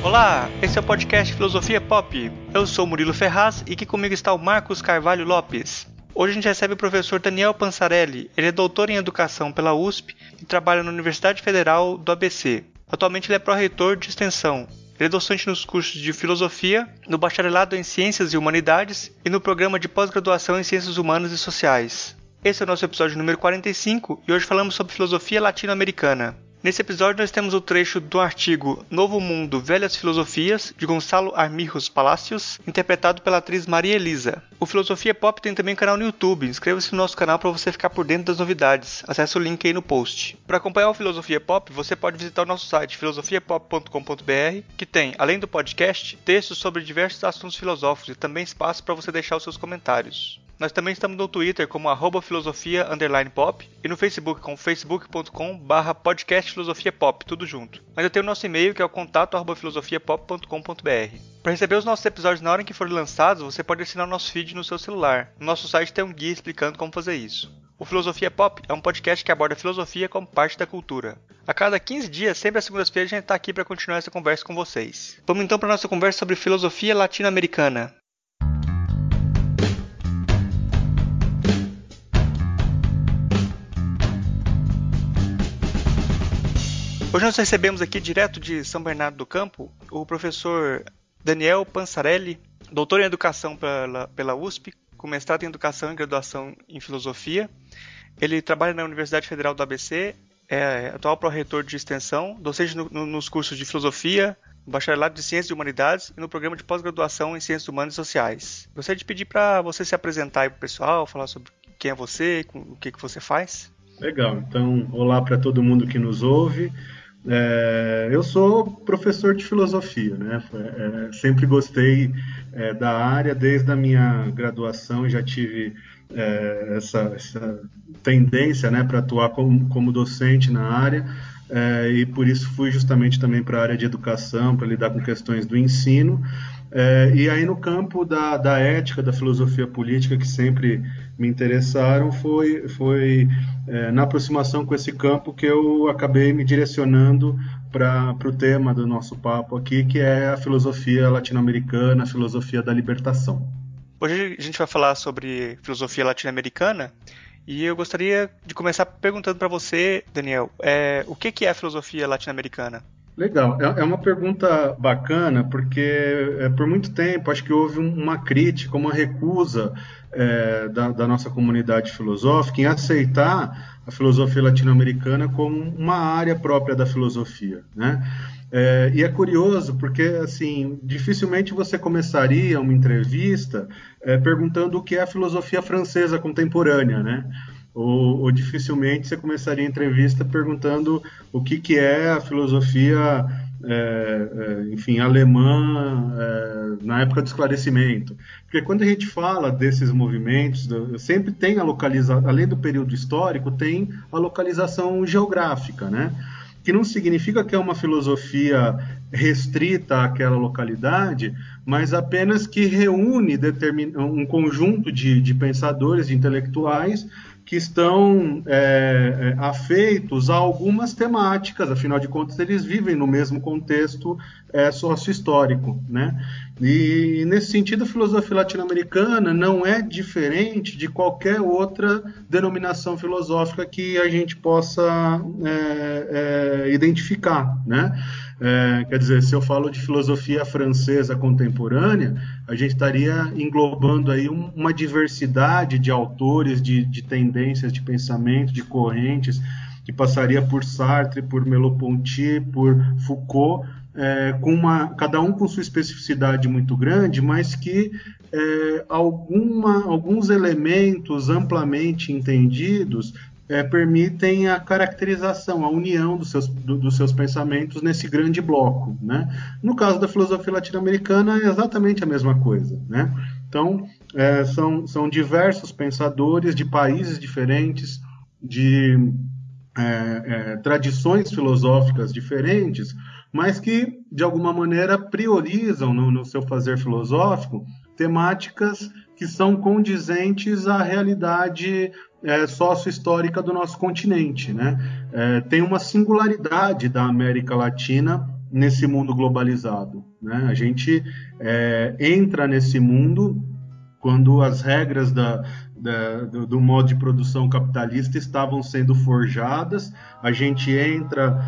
Olá, esse é o podcast Filosofia Pop. Eu sou Murilo Ferraz e aqui comigo está o Marcos Carvalho Lopes. Hoje a gente recebe o professor Daniel Pansarelli. Ele é doutor em Educação pela USP e trabalha na Universidade Federal do ABC. Atualmente ele é pró-reitor de extensão. Ele é docente nos cursos de Filosofia, no Bacharelado em Ciências e Humanidades e no Programa de Pós-Graduação em Ciências Humanas e Sociais. Esse é o nosso episódio número 45 e hoje falamos sobre filosofia latino-americana. Nesse episódio nós temos o trecho do artigo Novo Mundo, Velhas Filosofias, de Gonçalo Armijos Palacios, interpretado pela atriz Maria Elisa. O Filosofia Pop tem também um canal no YouTube. Inscreva-se no nosso canal para você ficar por dentro das novidades. Acesse o link aí no post. Para acompanhar o Filosofia Pop, você pode visitar o nosso site filosofiapop.com.br, que tem, além do podcast, textos sobre diversos assuntos filosóficos e também espaço para você deixar os seus comentários. Nós também estamos no Twitter como @filosofia_pop e no Facebook com facebook.com/podcastfilosofiapop, tudo junto. Mas eu tenho o nosso e-mail que é o contato@filosofiapop.com.br. Para receber os nossos episódios na hora em que forem lançados, você pode assinar o nosso feed no seu celular. No nosso site tem um guia explicando como fazer isso. O Filosofia Pop é um podcast que aborda a filosofia como parte da cultura. A cada 15 dias, sempre às segundas-feiras, a gente está aqui para continuar essa conversa com vocês. Vamos então para a nossa conversa sobre filosofia latino-americana. Hoje nós recebemos aqui, direto de São Bernardo do Campo, o professor Daniel Pansarelli, doutor em Educação pela USP, com mestrado em Educação e graduação em Filosofia. Ele trabalha na Universidade Federal do ABC, é atual pró-reitor de extensão, docente nos cursos de Filosofia, Bacharelado de Ciências e Humanidades e no Programa de Pós-Graduação em Ciências Humanas e Sociais. Gostaria de pedir para você se apresentar aí para o pessoal, falar sobre quem é você, o que você faz. Legal, então olá para todo mundo que nos ouve. Eu sou professor de filosofia, né? Sempre gostei da área, desde a minha graduação já tive essa tendência, né, para atuar como docente na área, e por isso fui justamente também para a área de educação, para lidar com questões do ensino. E aí no campo da ética, da filosofia política, que sempre me interessaram, foi na aproximação com esse campo que eu acabei me direcionando para o tema do nosso papo aqui, que é a filosofia latino-americana, a filosofia da libertação. Hoje a gente vai falar sobre filosofia latino-americana e eu gostaria de começar perguntando para você, Daniel, o que é a filosofia latino-americana? Legal, é uma pergunta bacana, porque por muito tempo acho que houve uma crítica, uma recusa da nossa comunidade filosófica em aceitar a filosofia latino-americana como uma área própria da filosofia, né? E é curioso porque, assim, dificilmente você começaria uma entrevista perguntando o que é a filosofia francesa contemporânea, né? Ou dificilmente você começaria a entrevista perguntando o que é a filosofia, alemã na época do esclarecimento. Porque quando a gente fala desses movimentos, sempre tem a localização, além do período histórico, tem a localização geográfica, né? Que não significa que é uma filosofia restrita àquela localidade, mas apenas que reúne um conjunto de pensadores, de intelectuais, que estão afeitos a algumas temáticas, afinal de contas eles vivem no mesmo contexto sócio-histórico, né? E nesse sentido a filosofia latino-americana não é diferente de qualquer outra denominação filosófica que a gente possa identificar, né? Quer dizer, se eu falo de filosofia francesa contemporânea, a gente estaria englobando aí uma diversidade de autores, de tendências de pensamento, de correntes, que passaria por Sartre, por Merleau-Ponty, por Foucault, cada um com sua especificidade muito grande, mas que alguns elementos amplamente entendidos permitem a caracterização, a união dos seus pensamentos nesse grande bloco, né? No caso da filosofia latino-americana é exatamente a mesma coisa, né? Então, são diversos pensadores de países diferentes, de tradições filosóficas diferentes, mas que, de alguma maneira, priorizam no seu fazer filosófico temáticas que são condizentes à realidade sócio-histórica do nosso continente, né? Tem uma singularidade da América Latina nesse mundo globalizado, né? A gente entra nesse mundo quando as regras do modo de produção capitalista estavam sendo forjadas. A gente entra,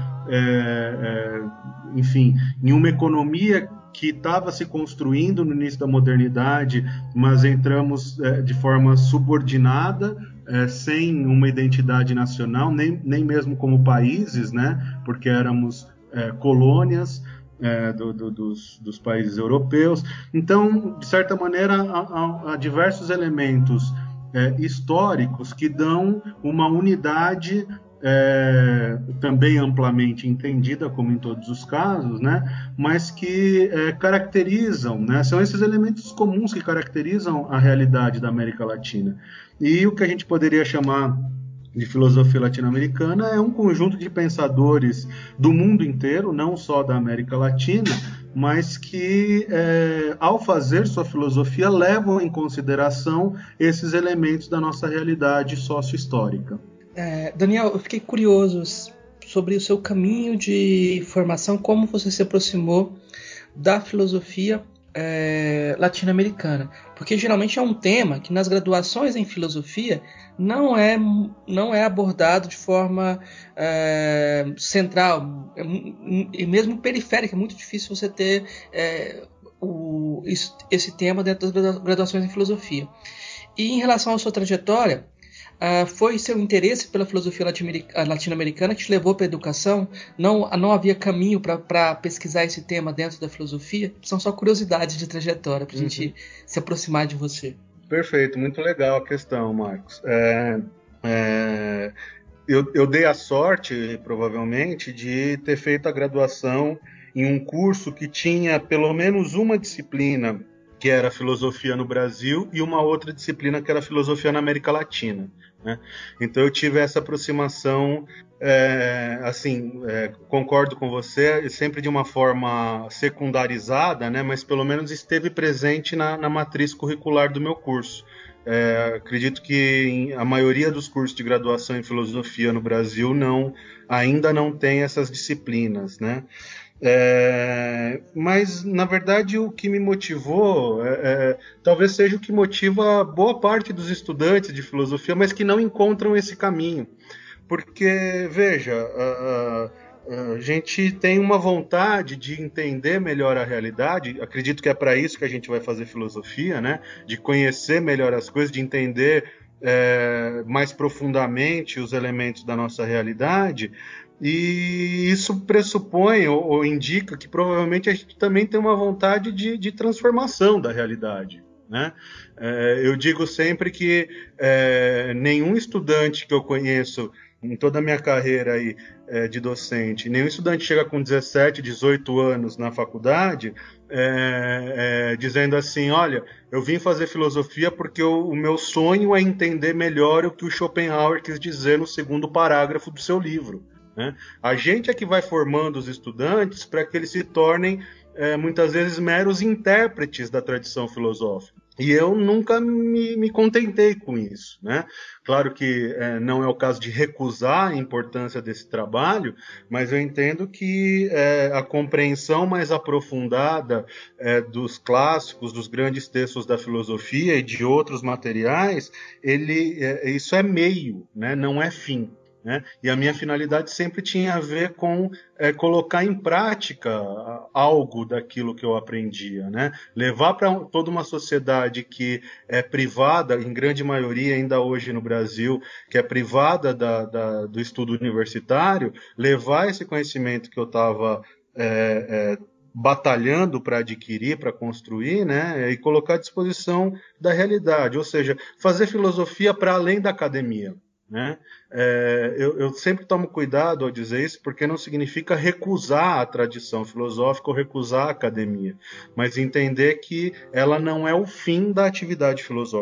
enfim, em uma economia que estava se construindo no início da modernidade, mas entramos de forma subordinada, sem uma identidade nacional, nem mesmo como países, né? Porque éramos colônias dos países europeus. Então, de certa maneira, há diversos elementos históricos que dão uma unidade também amplamente entendida, como em todos os casos, né? Mas que caracterizam, né? São esses elementos comuns que caracterizam a realidade da América Latina. E o que a gente poderia chamar de filosofia latino-americana é um conjunto de pensadores do mundo inteiro, não só da América Latina, mas que, ao fazer sua filosofia, levam em consideração esses elementos da nossa realidade sócio-histórica. Daniel, eu fiquei curioso sobre o seu caminho de formação, como você se aproximou da filosofia latino-americana, porque geralmente é um tema que nas graduações em filosofia não é abordado de forma central e mesmo periférica. É muito difícil você ter esse tema dentro das graduações em filosofia. E em relação à sua trajetória, foi seu interesse pela filosofia latino-americana que te levou para a educação? Não havia caminho para pesquisar esse tema dentro da filosofia? São só curiosidades de trajetória para a gente se aproximar de você. Perfeito, muito legal a questão, Marcos. Eu dei a sorte, provavelmente, de ter feito a graduação em um curso que tinha pelo menos uma disciplina que era filosofia no Brasil e uma outra disciplina que era filosofia na América Latina, né? Então eu tive essa aproximação, concordo com você, sempre de uma forma secundarizada, né? Mas pelo menos esteve presente na matriz curricular do meu curso. Acredito que a maioria dos cursos de graduação em filosofia no Brasil ainda não tem essas disciplinas, né? Mas, na verdade, o que me motivou talvez seja o que motiva boa parte dos estudantes de filosofia, mas que não encontram esse caminho. Porque, veja, a gente tem uma vontade de entender melhor a realidade. Acredito que é para isso que a gente vai fazer filosofia, né? De conhecer melhor as coisas, de entender mais profundamente os elementos da nossa realidade. E isso pressupõe ou indica que provavelmente a gente também tem uma vontade de transformação da realidade, né? Eu digo sempre que nenhum estudante que eu conheço em toda a minha carreira aí, de docente, nenhum estudante chega com 17, 18 anos na faculdade dizendo assim: olha, eu vim fazer filosofia porque o meu sonho é entender melhor o que o Schopenhauer quis dizer no segundo parágrafo do seu livro. Né? A gente é que vai formando os estudantes para que eles se tornem, muitas vezes, meros intérpretes da tradição filosófica. E eu nunca me contentei com isso, né? Claro que não é o caso de recusar a importância desse trabalho, mas eu entendo que a compreensão mais aprofundada dos clássicos, dos grandes textos da filosofia e de outros materiais, isso é meio, né? Não é fim. Né? E a minha finalidade sempre tinha a ver com colocar em prática algo daquilo que eu aprendia, né? Levar para toda uma sociedade que é privada, em grande maioria ainda hoje no Brasil, que é privada do estudo universitário, levar esse conhecimento que eu estava batalhando para adquirir, para construir, né? E colocar à disposição da realidade, ou seja, fazer filosofia para além da academia. Né? Eu sempre tomo cuidado ao dizer isso, porque não significa recusar a tradição filosófica ou recusar a academia, mas entender que ela não é o fim da atividade filosófica.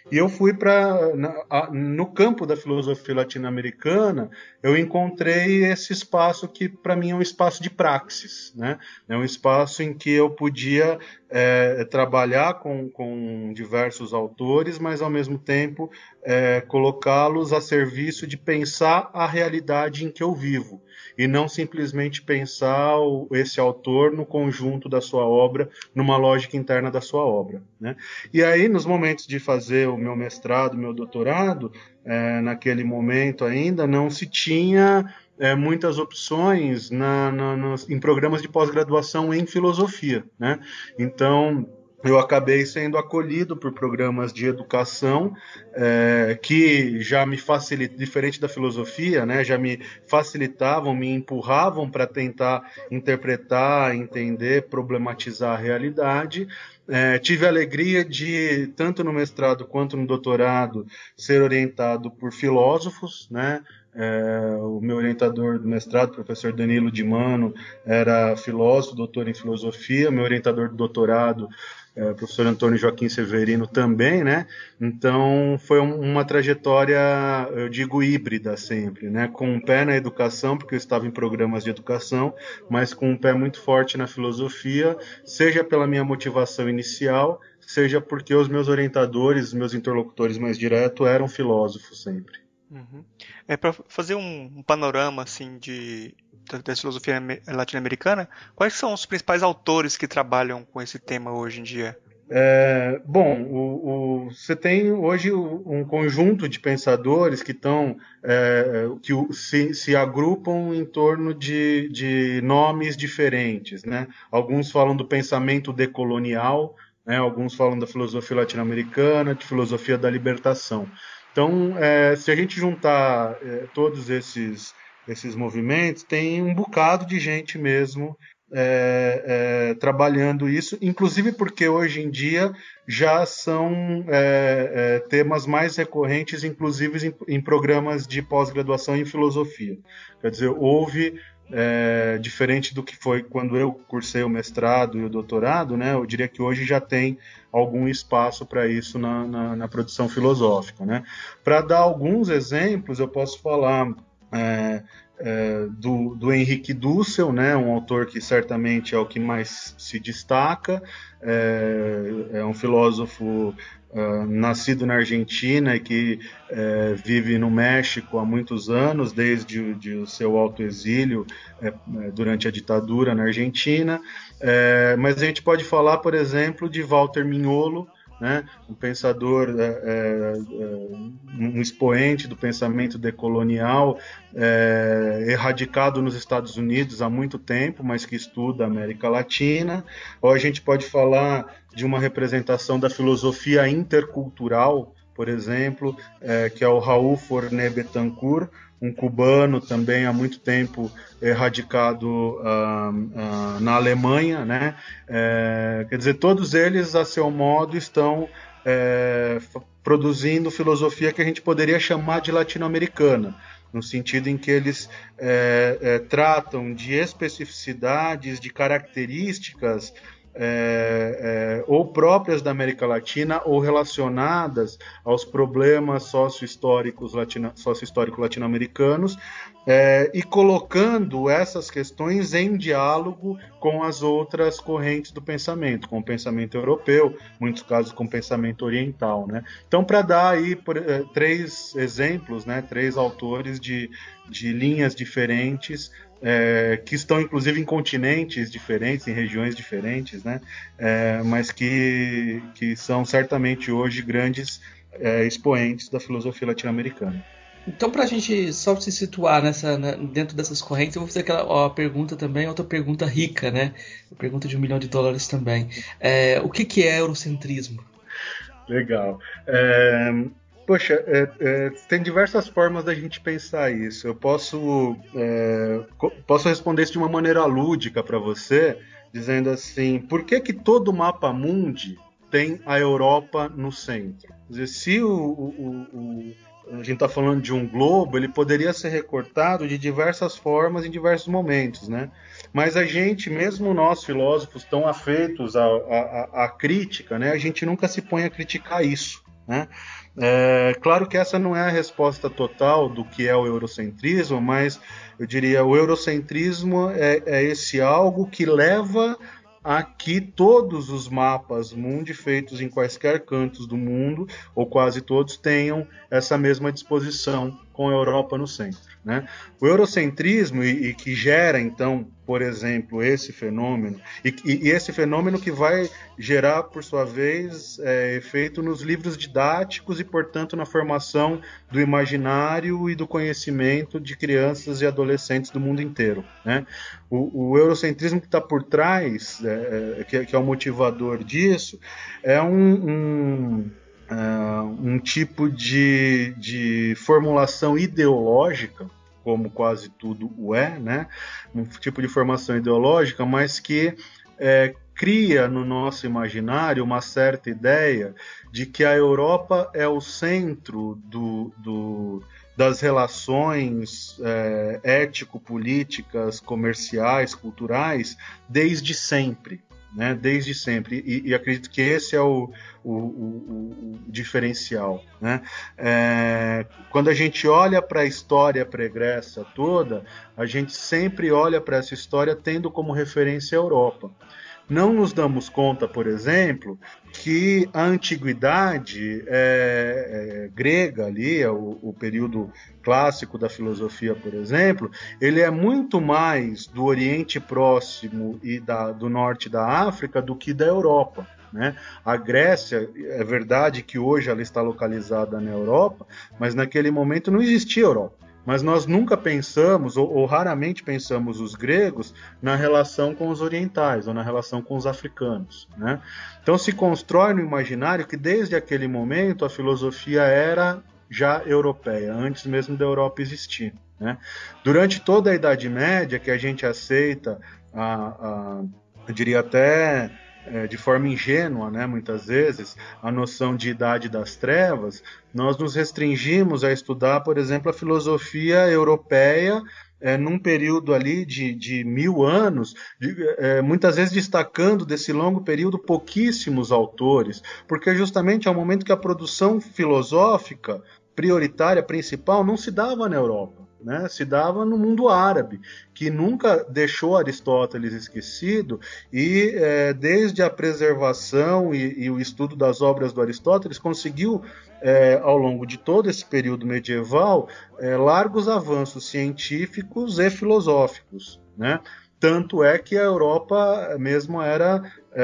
E eu fui no campo da filosofia latino-americana, eu encontrei esse espaço que para mim é um espaço de praxis, né? É um espaço em que eu podia trabalhar com diversos autores, mas ao mesmo tempo colocá-los a serviço de pensar a realidade em que eu vivo, e não simplesmente pensar esse autor no conjunto da sua obra, numa lógica interna da sua obra, né? E aí, nos momentos de fazer o meu mestrado, meu doutorado, naquele momento ainda não se tinha muitas opções em programas de pós-graduação em filosofia, né? Então, eu acabei sendo acolhido por programas de educação que já me facilitavam, diferente da filosofia, né, já me facilitavam, me empurravam para tentar interpretar, entender, problematizar a realidade. Tive a alegria de, tanto no mestrado quanto no doutorado, ser orientado por filósofos, né? O meu orientador do mestrado, o professor Danilo Di Mano, era filósofo, doutor em filosofia. Meu orientador do doutorado, professor Antônio Joaquim Severino, também, né? Então, foi uma trajetória, eu digo, híbrida sempre, né? Com um pé na educação, porque eu estava em programas de educação, mas com um pé muito forte na filosofia, seja pela minha motivação inicial, seja porque os meus orientadores, os meus interlocutores mais diretos eram filósofos sempre. Uhum. Para fazer um panorama assim da filosofia latino-americana, quais são os principais autores que trabalham com esse tema hoje em dia? Bom, você tem hoje um conjunto de pensadores que se agrupam em torno de nomes diferentes, né? Alguns falam do pensamento decolonial, né? Alguns falam da filosofia latino-americana, de filosofia da libertação. Então, se a gente juntar todos esses movimentos, tem um bocado de gente mesmo trabalhando isso, inclusive porque hoje em dia já são temas mais recorrentes, inclusive em programas de pós-graduação em filosofia. Quer dizer, houve, diferente do que foi quando eu cursei o mestrado e o doutorado, né, eu diria que hoje já tem algum espaço para isso na produção filosófica, né? Para dar alguns exemplos, eu posso falar do Henrique Dussel, né, um autor que certamente é o que mais se destaca, é um filósofo nascido na Argentina e que vive no México há muitos anos, desde o seu autoexílio durante a ditadura na Argentina, mas a gente pode falar, por exemplo, de Walter Mignolo, né, um pensador, um expoente do pensamento decolonial, erradicado nos Estados Unidos há muito tempo, mas que estuda a América Latina. Ou a gente pode falar de uma representação da filosofia intercultural, por exemplo, que é o Raul Forné Betancourt, um cubano também há muito tempo radicado na Alemanha, né? Quer dizer, todos eles, a seu modo, estão produzindo filosofia que a gente poderia chamar de latino-americana, no sentido em que eles tratam de especificidades, de características ou próprias da América Latina ou relacionadas aos problemas sócio-históricos latino-americanos, e colocando essas questões em diálogo com as outras correntes do pensamento, com o pensamento europeu, em muitos casos com o pensamento oriental, né? Então, para dar aí três exemplos, né, três autores de linhas diferentes, que estão inclusive em continentes diferentes, em regiões diferentes, né? Mas que são certamente hoje grandes expoentes da filosofia latino-americana. Então, para a gente só se situar dentro dessas correntes, eu vou fazer aquela pergunta também, outra pergunta rica, né? Pergunta de $1 milhão também. O que é eurocentrismo? Legal. Poxa, tem diversas formas da gente pensar isso. Eu posso responder isso de uma maneira lúdica para você, dizendo assim: por que todo mapa mundi tem a Europa no centro? Quer dizer, se a gente está falando de um globo, ele poderia ser recortado de diversas formas em diversos momentos, né? Mas a gente, mesmo nós filósofos tão afeitos à crítica, né, a gente nunca se põe a criticar isso, né? Claro que essa não é a resposta total do que é o eurocentrismo, mas eu diria o eurocentrismo é esse algo que leva a que todos os mapas mundi feitos em quaisquer cantos do mundo, ou quase todos, tenham essa mesma disposição com a Europa no centro, né? O eurocentrismo, e que gera, então, por exemplo, esse fenômeno, e esse fenômeno que vai gerar, por sua vez, efeito nos livros didáticos e, portanto, na formação do imaginário e do conhecimento de crianças e adolescentes do mundo inteiro, né? O eurocentrismo que está por trás, que é o motivador disso, é um tipo de formulação ideológica, como quase tudo o é, né? Um tipo de formação ideológica, mas que cria no nosso imaginário uma certa ideia de que a Europa é o centro das relações ético-políticas, comerciais, culturais, desde sempre. Né, desde sempre, e acredito que esse é o diferencial, né? Quando a gente olha para a história pregressa toda, a gente sempre olha para essa história tendo como referência a Europa. Não nos damos conta, por exemplo, que a antiguidade grega ali, o período clássico da filosofia, por exemplo, ele é muito mais do Oriente Próximo e do norte da África do que da Europa, né? A Grécia, é verdade que hoje ela está localizada na Europa, mas naquele momento não existia Europa. Mas nós nunca pensamos, ou raramente pensamos os gregos, na relação com os orientais, ou na relação com os africanos, né? Então se constrói no imaginário que desde aquele momento a filosofia era já europeia, antes mesmo da Europa existir, né? Durante toda a Idade Média, que a gente aceita, eu diria até de forma ingênua, né, muitas vezes, a noção de idade das trevas, nós nos restringimos a estudar, por exemplo, a filosofia europeia num período ali de 1000 anos, muitas vezes destacando desse longo período pouquíssimos autores, porque justamente é o momento que a produção filosófica prioritária, principal, não se dava na Europa. Né, se dava no mundo árabe, que nunca deixou Aristóteles esquecido e desde a preservação e o estudo das obras do Aristóteles conseguiu, ao longo de todo esse período medieval, largos avanços científicos e filosóficos, né? Tanto é que a Europa mesmo era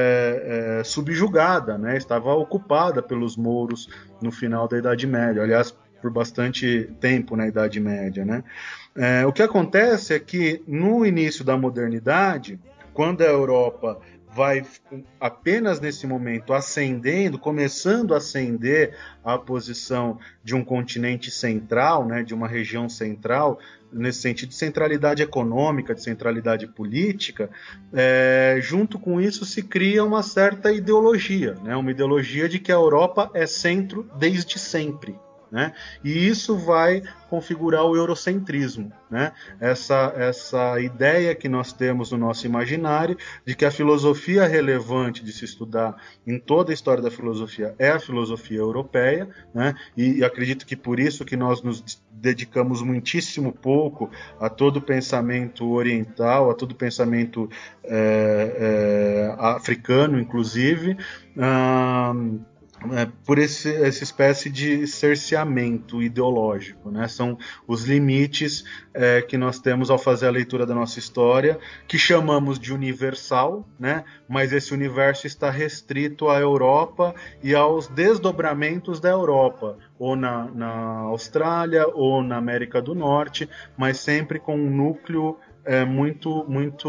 subjugada, né? Estava ocupada pelos mouros no final da Idade Média. Aliás, por bastante tempo na Idade Média, né? O que acontece é que no início da modernidade, quando a Europa vai apenas nesse momento ascendendo, começando a ascender a posição de um continente central, né, de uma região central, nesse sentido de centralidade econômica, de centralidade política, junto com isso se cria uma certa ideologia, né, uma ideologia de que a Europa é centro desde sempre. Né? E isso vai configurar o eurocentrismo, né? Essa ideia que nós temos no nosso imaginário de que a filosofia relevante de se estudar em toda a história da filosofia é a filosofia europeia, né? E acredito que por isso que nós nos dedicamos muitíssimo pouco a todo o pensamento oriental, a todo o pensamento africano, inclusive, por essa espécie de cerceamento ideológico, né? São os limites que nós temos ao fazer a leitura da nossa história, que chamamos de universal, né? Mas esse universo está restrito à Europa e aos desdobramentos da Europa, ou na Austrália, ou na América do Norte, mas sempre com um núcleo muito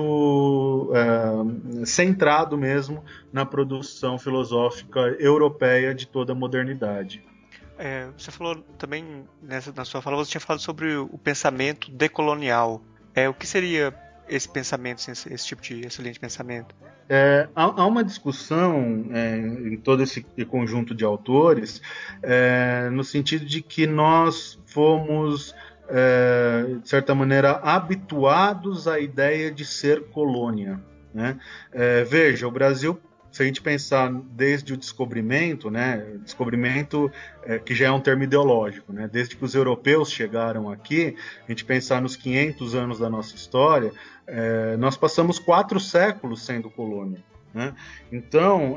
centrado mesmo na produção filosófica europeia de toda a modernidade. Você falou também, na sua fala, você tinha falado sobre o pensamento decolonial. O que seria esse pensamento, esse tipo de excelente pensamento? Há uma discussão em todo esse conjunto de autores no sentido de que nós fomos de certa maneira habituados à ideia de ser colônia, né? Veja, o Brasil se a gente pensar desde o descobrimento, né, descobrimento que já é um termo ideológico, né, desde que os europeus chegaram aqui, a gente pensar nos 500 anos da nossa história, nós passamos 4 séculos sendo colônia, né? Então,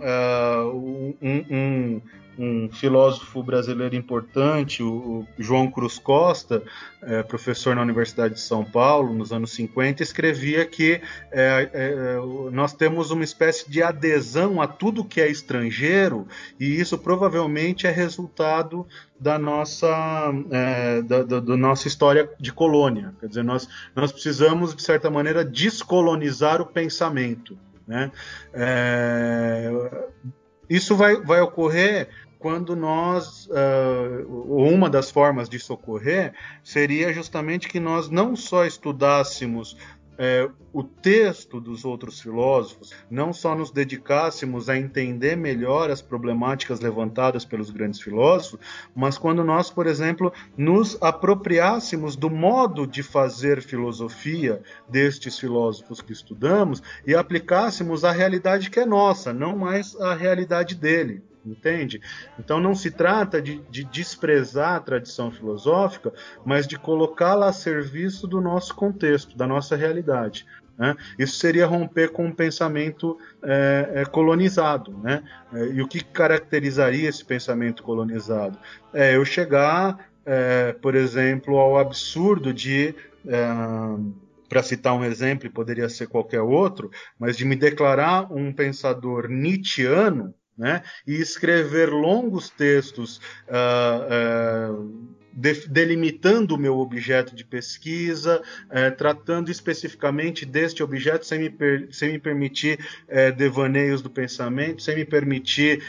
um filósofo brasileiro importante, o João Cruz Costa, professor na Universidade de São Paulo, nos anos 50, escrevia que nós temos uma espécie de adesão a tudo que é estrangeiro, e isso provavelmente é resultado da nossa história de colônia. Quer dizer, nós precisamos, de certa maneira, descolonizar o pensamento, né? Isso vai ocorrer quando uma das formas disso ocorrer seria justamente que nós não só estudássemos o texto dos outros filósofos, não só nos dedicássemos a entender melhor as problemáticas levantadas pelos grandes filósofos, mas quando nós, por exemplo, nos apropriássemos do modo de fazer filosofia destes filósofos que estudamos e aplicássemos à realidade que é nossa, não mais à realidade dele. Entende? Então não se trata de desprezar a tradição filosófica, mas de colocá-la a serviço do nosso contexto, da nossa realidade, né? Isso seria romper com um pensamento colonizado, né? E o que caracterizaria esse pensamento colonizado? Eu chegar, por exemplo, ao absurdo de... para citar um exemplo, poderia ser qualquer outro, mas de me declarar um pensador nietzschiano, né, e escrever longos textos delimitando o meu objeto de pesquisa, tratando especificamente deste objeto sem me permitir devaneios do pensamento, sem me permitir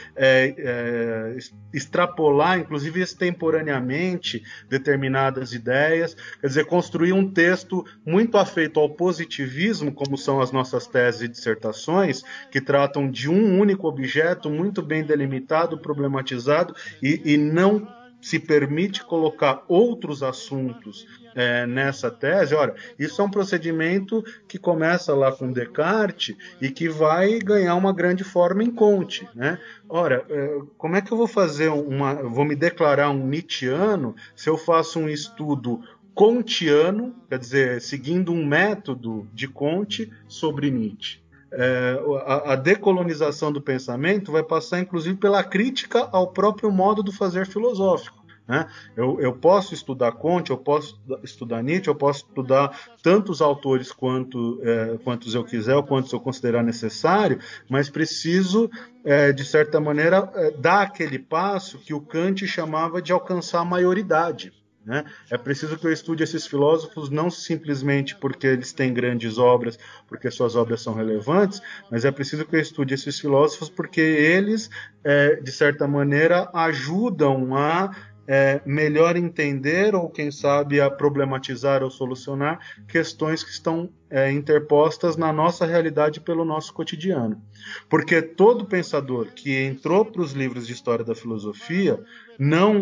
extrapolar, inclusive extemporaneamente, determinadas ideias. Quer dizer, construir um texto muito afeito ao positivismo, como são as nossas teses e dissertações, que tratam de um único objeto muito bem delimitado, problematizado, e não se permite colocar outros assuntos nessa tese. Ora, isso é um procedimento que começa lá com Descartes e que vai ganhar uma grande forma em Comte, né? Ora, como é que eu vou vou me declarar um nietzschiano se eu faço um estudo comtiano, quer dizer, seguindo um método de Comte sobre Nietzsche? A decolonização do pensamento vai passar, inclusive, pela crítica ao próprio modo do fazer filosófico, né? Eu posso estudar Comte, eu posso estudar Nietzsche, eu posso estudar tantos autores quantos eu quiser, ou quantos eu considerar necessário, mas preciso, de certa maneira, dar aquele passo que o Kant chamava de alcançar a maioridade, né? É preciso que eu estude esses filósofos não simplesmente porque eles têm grandes obras, porque suas obras são relevantes, mas é preciso que eu estude esses filósofos porque eles, de certa maneira, ajudam a melhor entender ou, quem sabe, a problematizar ou solucionar questões que estão interpostas na nossa realidade pelo nosso cotidiano. Porque todo pensador que entrou para os livros de história da filosofia não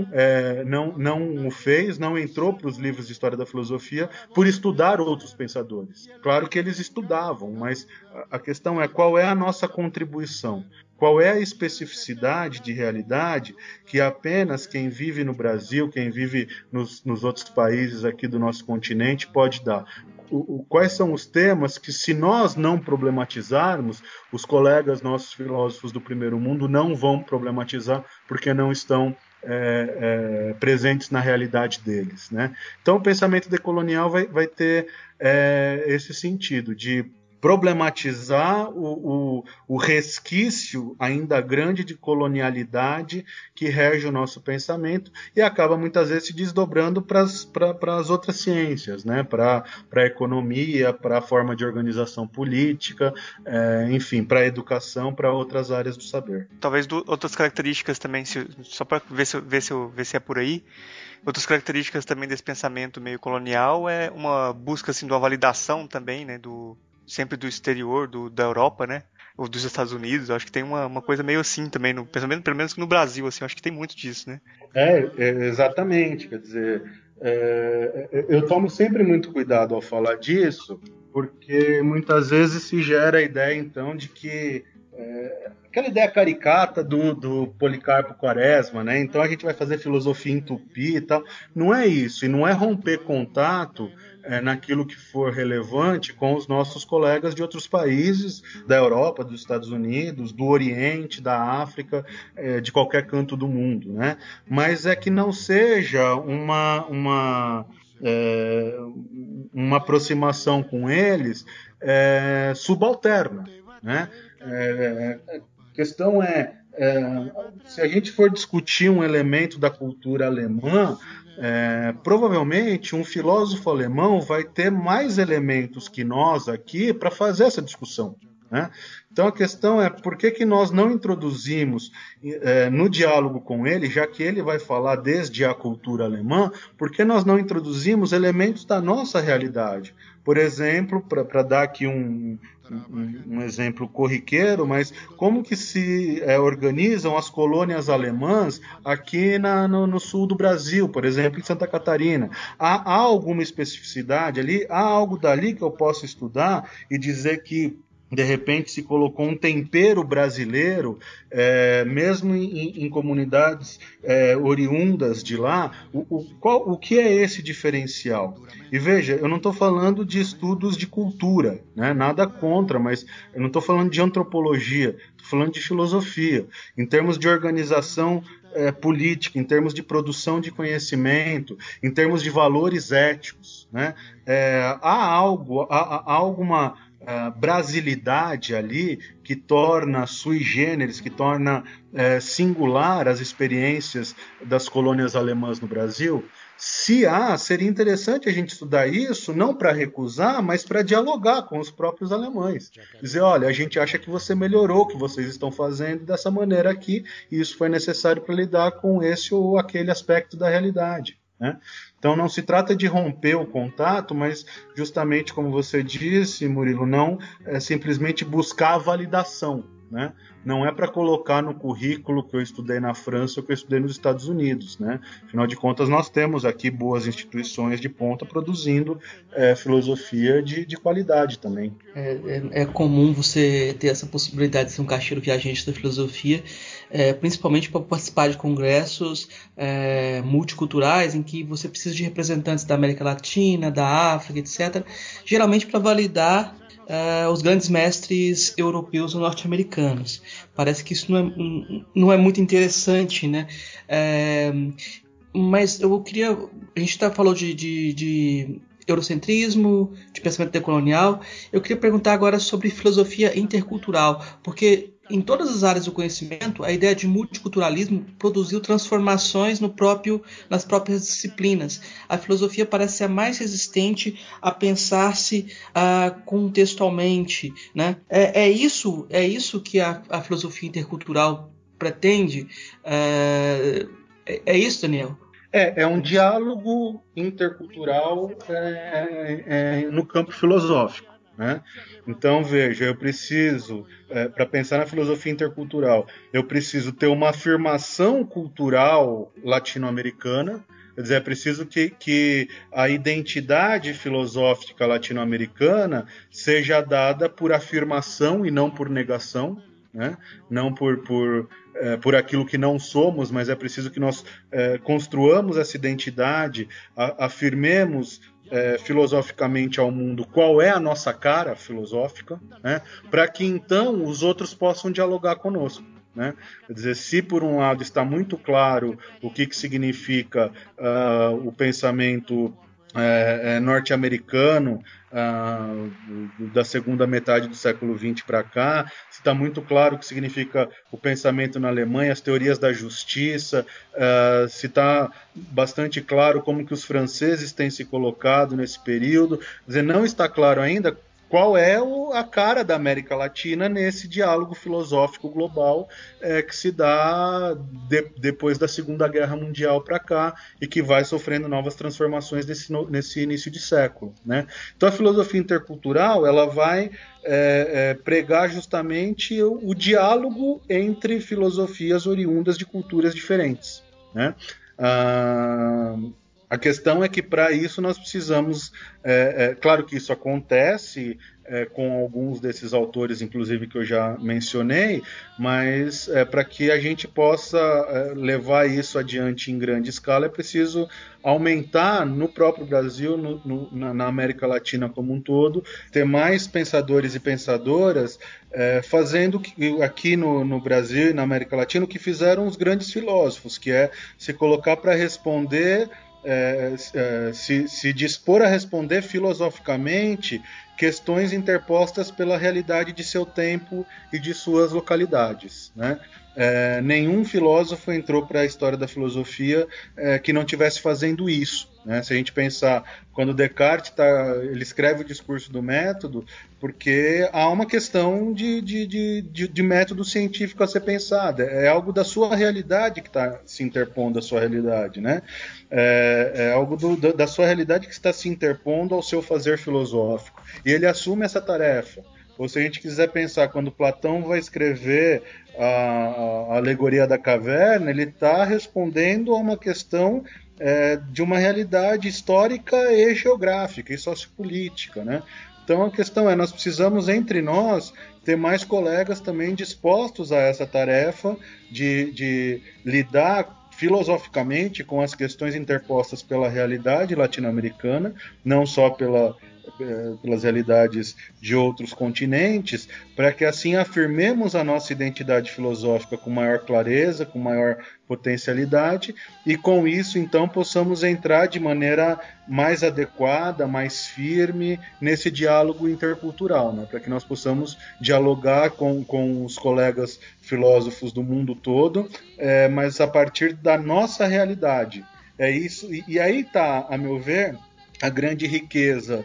entrou para os livros de história da filosofia por estudar outros pensadores. Claro que eles estudavam, mas a questão é qual é a nossa contribuição. Qual é a especificidade de realidade que apenas quem vive no Brasil, quem vive nos outros países aqui do nosso continente pode dar? Quais são os temas que, se nós não problematizarmos, os colegas nossos filósofos do primeiro mundo não vão problematizar porque não estão presentes na realidade deles, né? Então o pensamento decolonial vai ter esse sentido de problematizar o resquício ainda grande de colonialidade que rege o nosso pensamento e acaba muitas vezes se desdobrando para as outras ciências, né? Para a economia, para a forma de organização política, enfim, para a educação, para outras áreas do saber. Talvez outras características também, só para ver se é por aí. Outras características também desse pensamento meio colonial é uma busca assim, de uma validação também, né, sempre do exterior, da Europa, né? Ou dos Estados Unidos. Eu acho que tem uma coisa meio assim também, pelo menos no Brasil, assim, eu acho que tem muito disso, né? Exatamente. Quer dizer, eu tomo sempre muito cuidado ao falar disso, porque muitas vezes se gera a ideia, então, de que aquela ideia caricata do Policarpo Quaresma, né? Então a gente vai fazer filosofia em tupi e tal. Não é isso, e não é romper contato naquilo que for relevante com os nossos colegas de outros países, da Europa, dos Estados Unidos, do Oriente, da África, de qualquer canto do mundo, né? Mas é que não seja uma aproximação com eles subalterna, né? A questão se a gente for discutir um elemento da cultura alemã, provavelmente um filósofo alemão vai ter mais elementos que nós aqui para fazer essa discussão, né? Então a questão é por que nós não introduzimos no diálogo com ele, já que ele vai falar desde a cultura alemã, por que nós não introduzimos elementos da nossa realidade? Por exemplo, para dar aqui um exemplo corriqueiro, mas como que se organizam as colônias alemãs aqui no sul do Brasil, por exemplo, em Santa Catarina? Há alguma especificidade ali? Há algo dali que eu possa estudar e dizer que de repente se colocou um tempero brasileiro, mesmo em comunidades oriundas de lá, o que é esse diferencial? E veja, eu não estou falando de estudos de cultura, né? Nada contra, mas eu não estou falando de antropologia, estou falando de filosofia, em termos de organização política, em termos de produção de conhecimento, em termos de valores éticos, né? Há alguma brasilidade ali que torna sui generis, que torna singular as experiências das colônias alemãs no Brasil? Se há, seria interessante a gente estudar isso, não para recusar, mas para dialogar com os próprios alemães. Dizer, olha, a gente acha que você melhorou o que vocês estão fazendo dessa maneira aqui, e isso foi necessário para lidar com esse ou aquele aspecto da realidade, né? Então não se trata de romper o contato, mas justamente como você disse, Murilo, não simplesmente buscar a validação, né? Não é para colocar no currículo que eu estudei na França ou que eu estudei nos Estados Unidos, né? Afinal de contas, nós temos aqui boas instituições de ponta produzindo filosofia de qualidade também. É comum você ter essa possibilidade de ser um caixeiro viajante da filosofia, principalmente para participar de congressos multiculturais em que você precisa de representantes da América Latina, da África, etc., geralmente para validar os grandes mestres europeus ou norte-americanos. Parece que isso não é muito interessante, né? Mas eu queria... A gente falou de eurocentrismo, de pensamento decolonial. Eu queria perguntar agora sobre filosofia intercultural, porque em todas as áreas do conhecimento, a ideia de multiculturalismo produziu transformações nas próprias disciplinas. A filosofia parece ser a mais resistente a pensar-se contextualmente, né? É isso que a filosofia intercultural pretende? É isso, Daniel? É um diálogo intercultural no campo filosófico, né? Então, veja, eu preciso, para pensar na filosofia intercultural, eu preciso ter uma afirmação cultural latino-americana, quer dizer, é preciso que a identidade filosófica latino-americana seja dada por afirmação e não por negação, né? Não por aquilo que não somos, mas é preciso que nós construamos essa identidade, afirmemos filosoficamente ao mundo qual é a nossa cara filosófica, né? Para que então os outros possam dialogar conosco, né? Quer dizer, se por um lado está muito claro o que significa o pensamento norte-americano da segunda metade do século XX para cá, se está muito claro o que significa o pensamento na Alemanha, as teorias da justiça, se está bastante claro como que os franceses têm se colocado nesse período. Quer dizer, não está claro ainda qual é a cara da América Latina nesse diálogo filosófico global que se dá depois da Segunda Guerra Mundial para cá e que vai sofrendo novas transformações nesse início de século, né? Então a filosofia intercultural ela vai pregar justamente o diálogo entre filosofias oriundas de culturas diferentes, né? A questão é que para isso nós precisamos, claro que isso acontece com alguns desses autores, inclusive que eu já mencionei, mas para que a gente possa levar isso adiante em grande escala é preciso aumentar no próprio Brasil, na América Latina como um todo, ter mais pensadores e pensadoras fazendo aqui no Brasil e na América Latina o que fizeram os grandes filósofos, que é se colocar para responder se dispor a responder filosoficamente questões interpostas pela realidade de seu tempo e de suas localidades, né? Nenhum filósofo entrou para a história da filosofia que não estivesse fazendo isso, né? Se a gente pensar, quando Descartes ele escreve o discurso do método, porque há uma questão de método científico a ser pensada, é algo da sua realidade que está se interpondo à sua realidade, né? É algo da sua realidade que está se interpondo ao seu fazer filosófico, e ele assume essa tarefa. Ou se a gente quiser pensar, quando Platão vai escrever a Alegoria da Caverna, ele está respondendo a uma questão de uma realidade histórica e geográfica e sociopolítica, né? Então a questão nós precisamos entre nós ter mais colegas também dispostos a essa tarefa de lidar filosoficamente com as questões interpostas pela realidade latino-americana, não só pelas realidades de outros continentes, para que assim afirmemos a nossa identidade filosófica com maior clareza, com maior potencialidade, e com isso então possamos entrar de maneira mais adequada, mais firme nesse diálogo intercultural, né? Para que nós possamos dialogar com os colegas filósofos do mundo todo, mas a partir da nossa realidade. É isso, e aí está, a meu ver, a grande riqueza,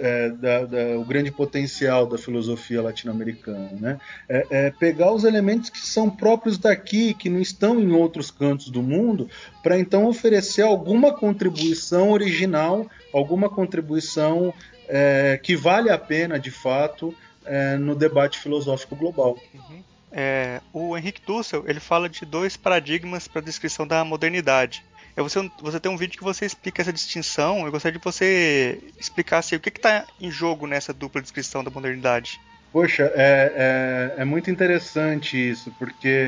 o grande potencial da filosofia latino-americana, né? Pegar os elementos que são próprios daqui, que não estão em outros cantos do mundo, para então oferecer alguma contribuição original, alguma contribuição que vale a pena, de fato, no debate filosófico global. Uhum. O Henrique Dussel, ele fala de 2 paradigmas para a descrição da modernidade. Você tem um vídeo que você explica essa distinção. Eu gostaria de você explicasse o que está em jogo nessa dupla descrição da modernidade. Poxa, é muito interessante isso, porque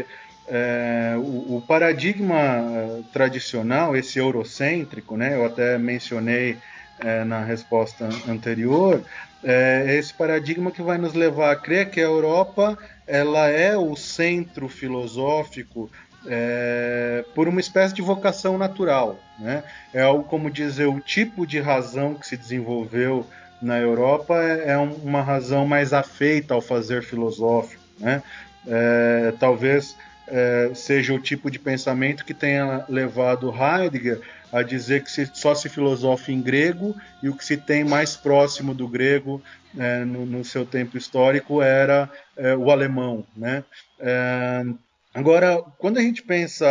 o paradigma tradicional, esse eurocêntrico, né, eu até mencionei na resposta anterior, é esse paradigma que vai nos levar a crer que a Europa ela é o centro filosófico por uma espécie de vocação natural, né? É algo como dizer, o tipo de razão que se desenvolveu na Europa é uma razão mais afeita ao fazer filosófico, né? Talvez seja o tipo de pensamento que tenha levado Heidegger a dizer que só se filosofa em grego, e o que se tem mais próximo do grego no seu tempo histórico era o alemão, né? Agora, quando a gente pensa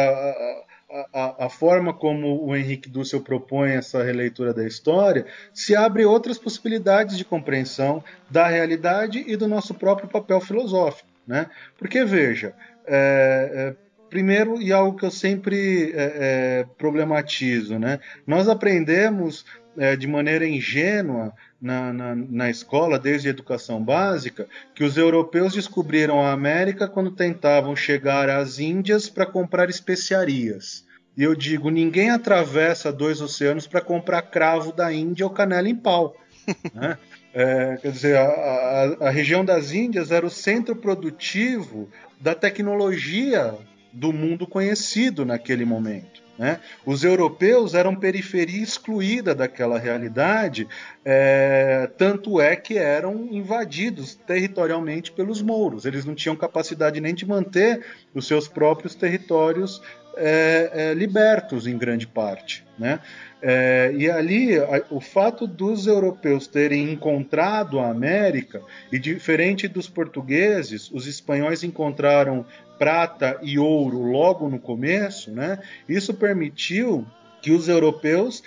a forma como o Henrique Dussel propõe essa releitura da história, se abre outras possibilidades de compreensão da realidade e do nosso próprio papel filosófico, né? Porque, veja, primeiro, e algo que eu sempre problematizo, né? Nós aprendemos de maneira ingênua na escola, desde a educação básica, que os europeus descobriram a América quando tentavam chegar às Índias para comprar especiarias. E eu digo, ninguém atravessa 2 oceanos para comprar cravo da Índia ou canela em pau, né? Quer dizer, a região das Índias era o centro produtivo da tecnologia do mundo conhecido naquele momento, né? Os europeus eram periferia excluída daquela realidade, tanto é que eram invadidos territorialmente pelos mouros. Eles não tinham capacidade nem de manter os seus próprios territórios libertos em grande parte, né? E ali o fato dos europeus terem encontrado a América, e diferente dos portugueses, os espanhóis encontraram prata e ouro logo no começo, né? Isso permitiu que os europeus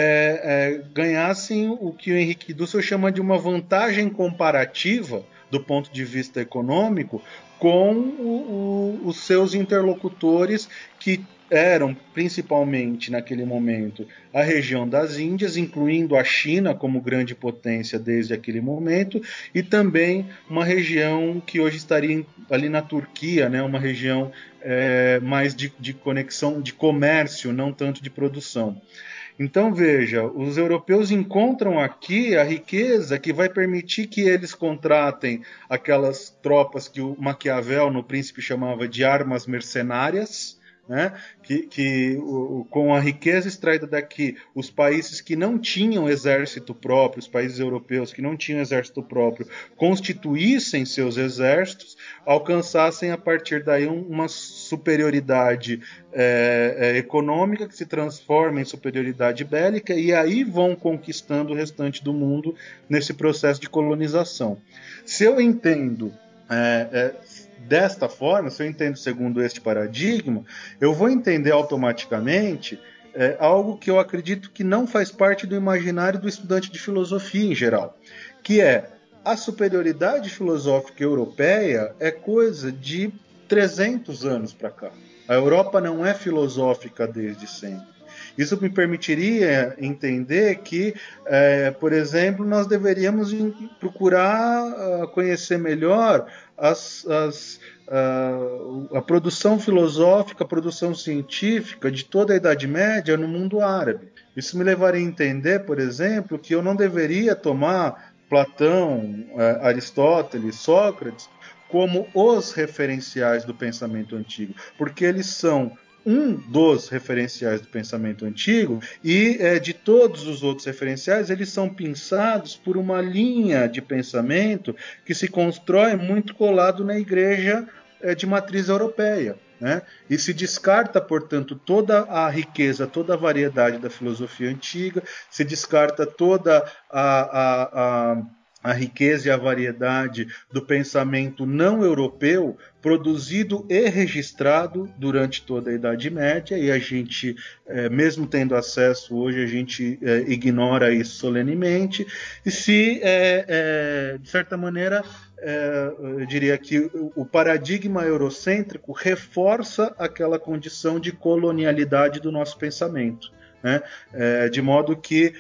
ganhassem o que o Henrique Dussel chama de uma vantagem comparativa do ponto de vista econômico com os seus interlocutores que eram principalmente naquele momento a região das Índias, incluindo a China como grande potência desde aquele momento, e também uma região que hoje estaria ali na Turquia, né, uma região mais de conexão, de comércio, não tanto de produção. Então, veja, os europeus encontram aqui a riqueza que vai permitir que eles contratem aquelas tropas que o Maquiavel, no Príncipe, chamava de armas mercenárias, né? Com a riqueza extraída daqui, os países que não tinham exército próprio, os países europeus que não tinham exército próprio, constituíssem seus exércitos, alcançassem a partir daí uma superioridade econômica que se transforma em superioridade bélica, e aí vão conquistando o restante do mundo nesse processo de colonização. Se eu entendo desta forma, se eu entendo segundo este paradigma, eu vou entender automaticamente algo que eu acredito que não faz parte do imaginário do estudante de filosofia em geral, que é a superioridade filosófica europeia é coisa de 300 anos para cá. A Europa não é filosófica desde sempre. Isso me permitiria entender que, por exemplo, nós deveríamos procurar conhecer melhor a produção filosófica, a produção científica de toda a Idade Média no mundo árabe. Isso me levaria a entender, por exemplo, que eu não deveria tomar Platão, Aristóteles, Sócrates como os referenciais do pensamento antigo, porque eles são um dos referenciais do pensamento antigo, e de todos os outros referenciais, eles são pensados por uma linha de pensamento que se constrói muito colado na igreja de matriz europeia, né? E se descarta, portanto, toda a riqueza, toda a variedade da filosofia antiga, se descarta toda a riqueza e a variedade do pensamento não europeu, produzido e registrado durante toda a Idade Média, e a gente, mesmo tendo acesso hoje, a gente ignora isso solenemente, e se, de certa maneira, eu diria que o paradigma eurocêntrico reforça aquela condição de colonialidade do nosso pensamento. Né? De modo que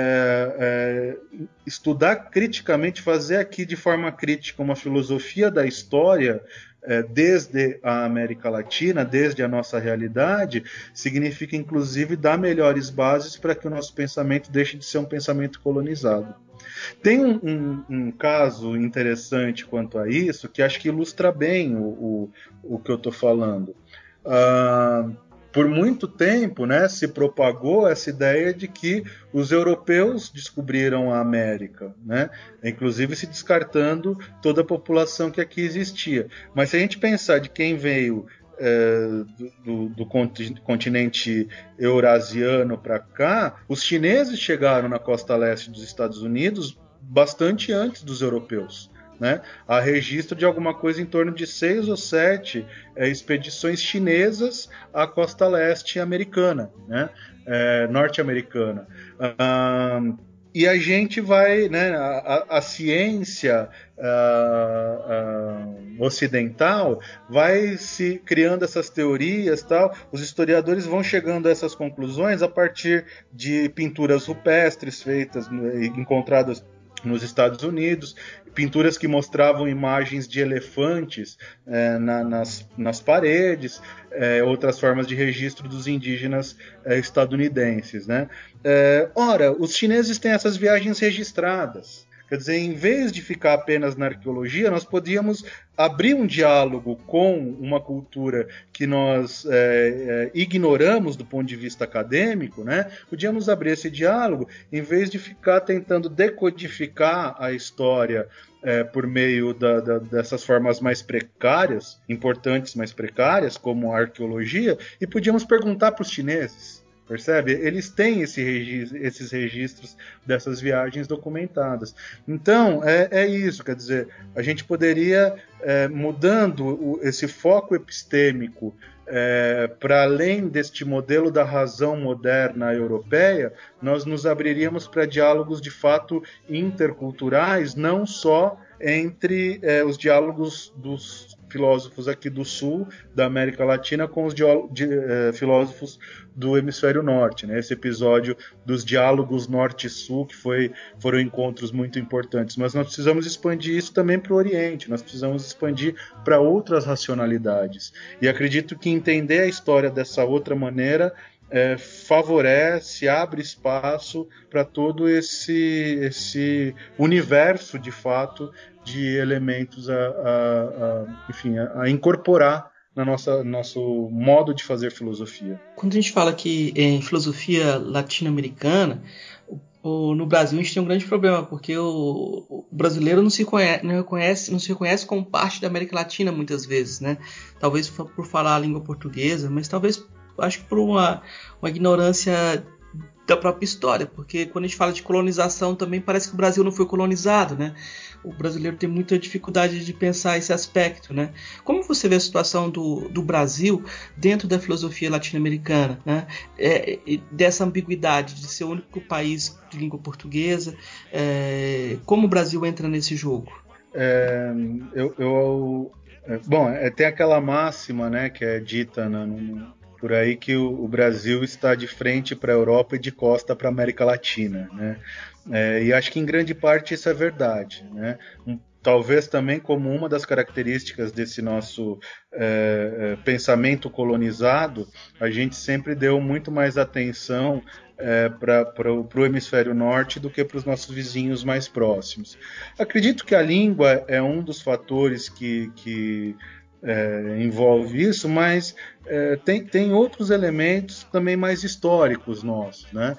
estudar criticamente, fazer aqui de forma crítica uma filosofia da história desde a América Latina, desde a nossa realidade, significa inclusive dar melhores bases para que o nosso pensamento deixe de ser um pensamento colonizado. Tem um caso interessante quanto a isso, que acho que ilustra bem o que eu estou falando. Por muito tempo, né, se propagou essa ideia de que os europeus descobriram a América, né, inclusive se descartando toda a população que aqui existia. Mas se a gente pensar de quem veio do continente eurasiano para cá, os chineses chegaram na costa leste dos Estados Unidos bastante antes dos europeus. Né? Há registro de alguma coisa em torno de 6 ou 7 expedições chinesas à costa leste americana, né? Norte-americana. E a gente vai, né, a ciência ocidental vai se criando essas teorias, tal. Os historiadores vão chegando a essas conclusões a partir de pinturas rupestres feitas, encontradas nos Estados Unidos, pinturas que mostravam imagens de elefantes nas paredes, outras formas de registro dos indígenas estadunidenses, né? Ora, os chineses têm essas viagens registradas. Quer dizer, em vez de ficar apenas na arqueologia, nós podíamos abrir um diálogo com uma cultura que nós ignoramos do ponto de vista acadêmico, né? Podíamos abrir esse diálogo em vez de ficar tentando decodificar a história por meio dessas formas mais precárias, importantes, mais precárias, como a arqueologia, e podíamos perguntar para os chineses. Percebe? Eles têm esses registros dessas viagens documentadas. Então, é isso, quer dizer, a gente poderia, mudando esse foco epistêmico para além deste modelo da razão moderna europeia, nós nos abriríamos para diálogos de fato interculturais, não só entre os diálogos dos filósofos aqui do Sul, da América Latina, com os filósofos do Hemisfério Norte, né? Esse episódio dos diálogos Norte-Sul, que foram encontros muito importantes. Mas nós precisamos expandir isso também para o Oriente, nós precisamos expandir para outras racionalidades. E acredito que entender a história dessa outra maneira favorece, abre espaço para todo esse universo, de fato, de elementos a incorporar no nosso modo de fazer filosofia. Quando a gente fala que em filosofia latino-americana, no Brasil a gente tem um grande problema, porque o brasileiro não se reconhece como parte da América Latina muitas vezes, né? Talvez por falar a língua portuguesa, mas talvez, acho que por uma ignorância da própria história, porque quando a gente fala de colonização também parece que o Brasil não foi colonizado, né? O brasileiro tem muita dificuldade de pensar esse aspecto, né? Como você vê a situação do Brasil dentro da filosofia latino-americana, né? Dessa ambiguidade de ser o único país de língua portuguesa, como o Brasil entra nesse jogo? Tem aquela máxima, né, que é dita por aí, que o Brasil está de frente para a Europa e de costa para a América Latina, né? E acho que em grande parte isso é verdade, né? Talvez também como uma das características desse nosso pensamento colonizado, a gente sempre deu muito mais atenção para o hemisfério norte do que para os nossos vizinhos mais próximos. Acredito que a língua é um dos fatores que envolve isso, mas tem outros elementos também mais históricos nossos, né?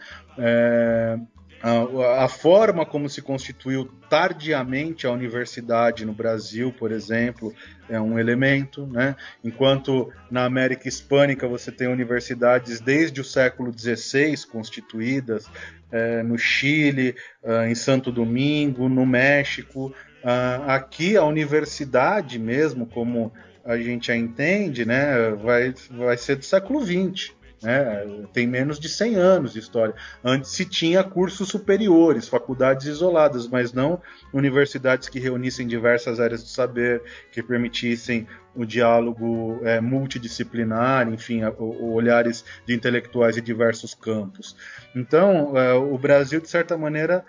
A forma como se constituiu tardiamente a universidade no Brasil, por exemplo, é um elemento, né? Enquanto na América Hispânica você tem universidades desde o século XVI constituídas, no Chile, em Santo Domingo, no México. Aqui a universidade mesmo, como a gente a entende, né, vai ser do século XX. Né? Tem menos de 100 anos de história. Antes se tinha cursos superiores, faculdades isoladas, mas não universidades que reunissem diversas áreas do saber, que permitissem o diálogo multidisciplinar, enfim, olhares de intelectuais de diversos campos. Então, o Brasil, de certa maneira,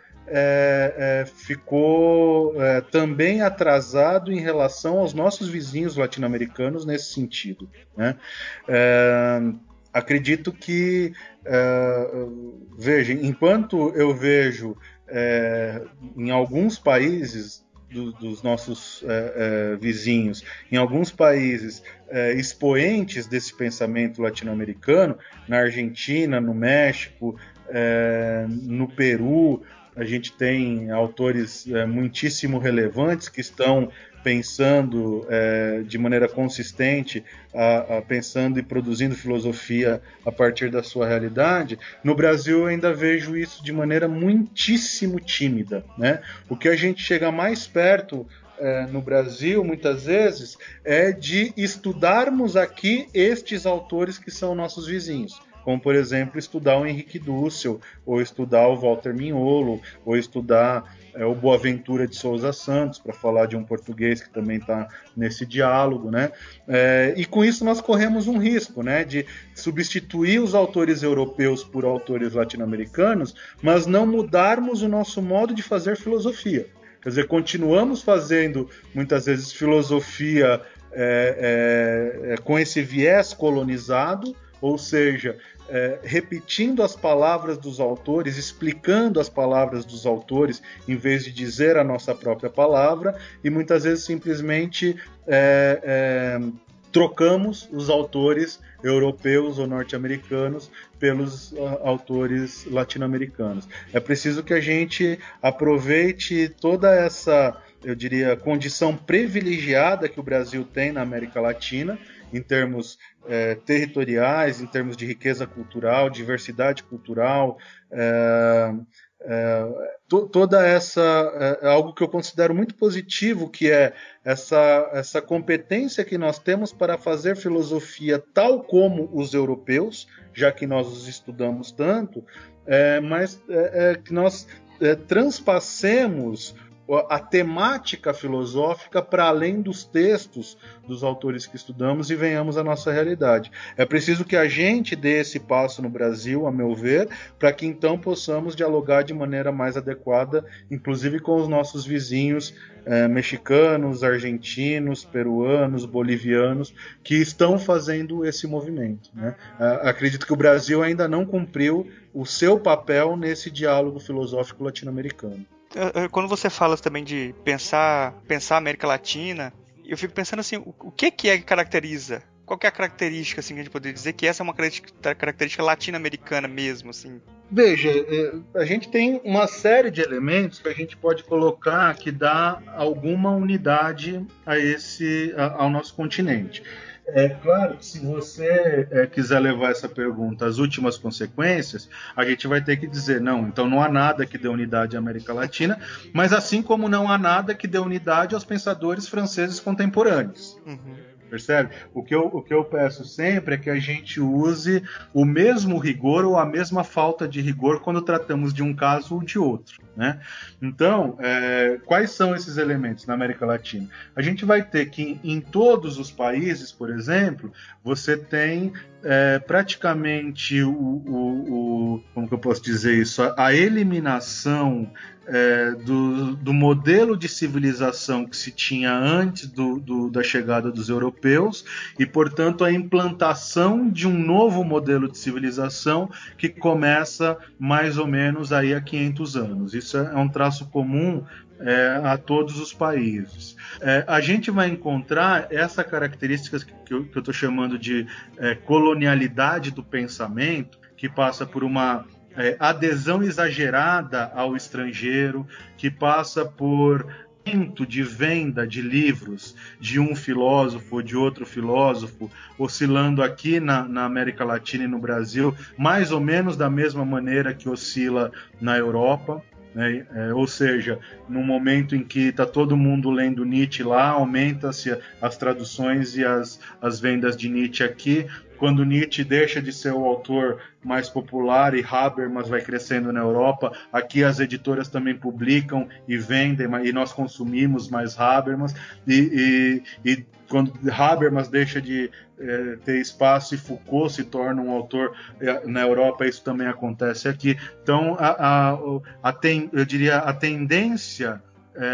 ficou também atrasado em relação aos nossos vizinhos latino-americanos nesse sentido, né? Acredito que, veja, enquanto eu vejo em alguns países dos nossos vizinhos, em alguns países expoentes desse pensamento latino-americano, na Argentina, no México, no Peru, a gente tem autores muitíssimo relevantes que estão pensando de maneira consistente, pensando e produzindo filosofia a partir da sua realidade. No Brasil eu ainda vejo isso de maneira muitíssimo tímida, né? O que a gente chega mais perto no Brasil, muitas vezes, é de estudarmos aqui estes autores que são nossos vizinhos. Como, por exemplo, estudar o Henrique Dussel, ou estudar o Walter Mignolo, ou estudar o Boaventura de Souza Santos, para falar de um português que também está nesse diálogo, né? E com isso nós corremos um risco, né, de substituir os autores europeus por autores latino-americanos, mas não mudarmos o nosso modo de fazer filosofia. Quer dizer, continuamos fazendo, muitas vezes, filosofia com esse viés colonizado, ou seja, repetindo as palavras dos autores, explicando as palavras dos autores, em vez de dizer a nossa própria palavra, e muitas vezes simplesmente trocamos os autores europeus ou norte-americanos pelos autores latino-americanos. É preciso que a gente aproveite toda essa, eu diria, condição privilegiada que o Brasil tem na América Latina, em termos territoriais, em termos de riqueza cultural, diversidade cultural, toda essa algo que eu considero muito positivo, que é essa competência que nós temos para fazer filosofia tal como os europeus, já que nós os estudamos tanto, mas que nós transpassemos a temática filosófica para além dos textos dos autores que estudamos e venhamos à nossa realidade. É preciso que a gente dê esse passo no Brasil, a meu ver, para que então possamos dialogar de maneira mais adequada, inclusive com os nossos vizinhos mexicanos, argentinos, peruanos, bolivianos, que estão fazendo esse movimento, né? Acredito que o Brasil ainda não cumpriu o seu papel nesse diálogo filosófico latino-americano. Quando você fala também de pensar a América Latina, eu fico pensando assim, o que é que caracteriza? Qual que é a característica assim, que a gente poderia dizer que essa é uma característica latino-americana mesmo? Assim? Veja, a gente tem uma série de elementos que a gente pode colocar que dá alguma unidade ao nosso continente. É claro que se você quiser levar essa pergunta às últimas consequências, a gente vai ter que dizer, não, então não há nada que dê unidade à América Latina, mas assim como não há nada que dê unidade aos pensadores franceses contemporâneos. Uhum. Percebe? O que eu peço sempre é que a gente use o mesmo rigor ou a mesma falta de rigor quando tratamos de um caso ou de outro, né? Então, quais são esses elementos na América Latina? A gente vai ter que, em todos os países, por exemplo, você tem praticamente como que eu posso dizer isso? A eliminação do modelo de civilização que se tinha antes da chegada dos europeus e, portanto, a implantação de um novo modelo de civilização que começa mais ou menos aí há 500 anos. Isso é um traço comum a todos os países. A gente vai encontrar essa característica que eu estou chamando de colonialidade do pensamento, que passa por uma adesão exagerada ao estrangeiro, que passa por de venda de livros de um filósofo ou de outro filósofo, oscilando aqui na América Latina e no Brasil, mais ou menos da mesma maneira que oscila na Europa. Ou seja, no momento em que está todo mundo lendo Nietzsche lá, aumenta-se as traduções e as vendas de Nietzsche aqui. Quando Nietzsche deixa de ser o autor mais popular e Habermas vai crescendo na Europa, aqui as editoras também publicam e vendem, e nós consumimos mais Habermas, e quando Habermas deixa de ter espaço e Foucault se torna um autor na Europa, isso também acontece aqui. Então, eu diria a tendência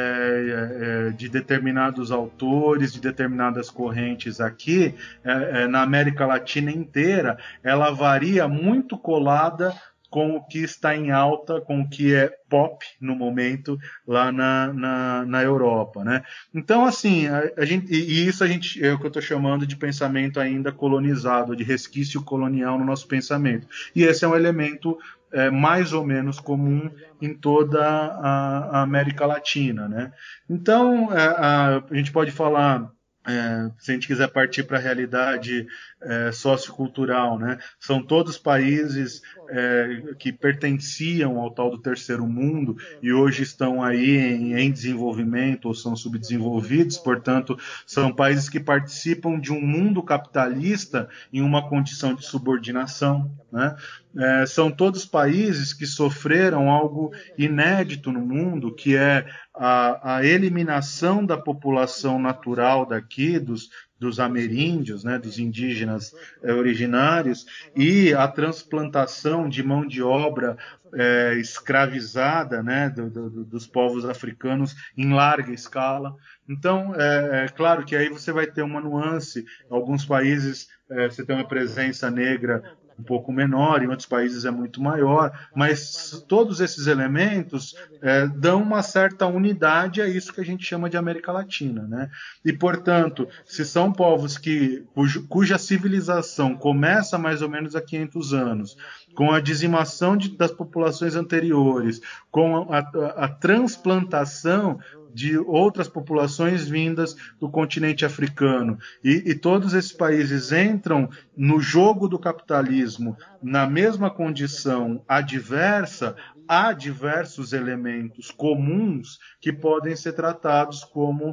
de determinados autores, de determinadas correntes aqui, na América Latina inteira, ela varia muito colada com o que está em alta, com o que é pop no momento lá na Europa, né? Então, assim, isso é o que eu estou chamando de pensamento ainda colonizado, de resquício colonial no nosso pensamento. E esse é um elemento mais ou menos comum em toda a América Latina, né? Então, a gente pode falar, se a gente quiser partir para a realidade sociocultural, né? São todos países que pertenciam ao tal do terceiro mundo e hoje estão aí em desenvolvimento ou são subdesenvolvidos, portanto, são países que participam de um mundo capitalista em uma condição de subordinação, né? São todos países que sofreram algo inédito no mundo, que é a eliminação da população natural daqui, dos ameríndios, né, dos indígenas originários, e a transplantação de mão de obra escravizada, né, dos povos africanos em larga escala. Então, claro que aí você vai ter uma nuance. Em alguns países você tem uma presença negra um pouco menor, em outros países é muito maior, mas todos esses elementos dão uma certa unidade a isso que a gente chama de América Latina, né? E, portanto, se são povos cuja civilização começa mais ou menos há 500 anos, com a dizimação das populações anteriores, com a transplantação de outras populações vindas do continente africano, e todos esses países entram no jogo do capitalismo na mesma condição adversa, há diversos elementos comuns que podem ser tratados como,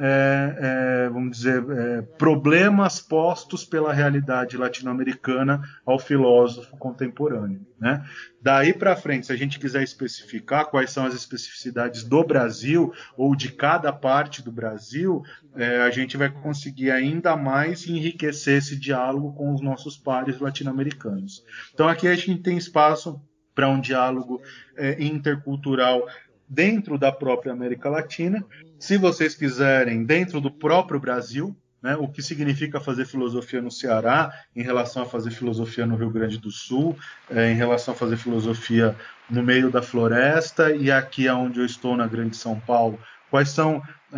vamos dizer, problemas postos pela realidade latino-americana ao filósofo contemporâneo, né? Daí para frente, se a gente quiser especificar quais são as especificidades do Brasil ou de cada parte do Brasil, a gente vai conseguir ainda mais enriquecer esse diálogo com os nossos pares latino-americanos. Então aqui a gente tem espaço para um diálogo intercultural dentro da própria América Latina, se vocês quiserem, dentro do próprio Brasil, né, o que significa fazer filosofia no Ceará, em relação a fazer filosofia no Rio Grande do Sul, em relação a fazer filosofia no meio da floresta, e aqui onde eu estou, na Grande São Paulo, quais são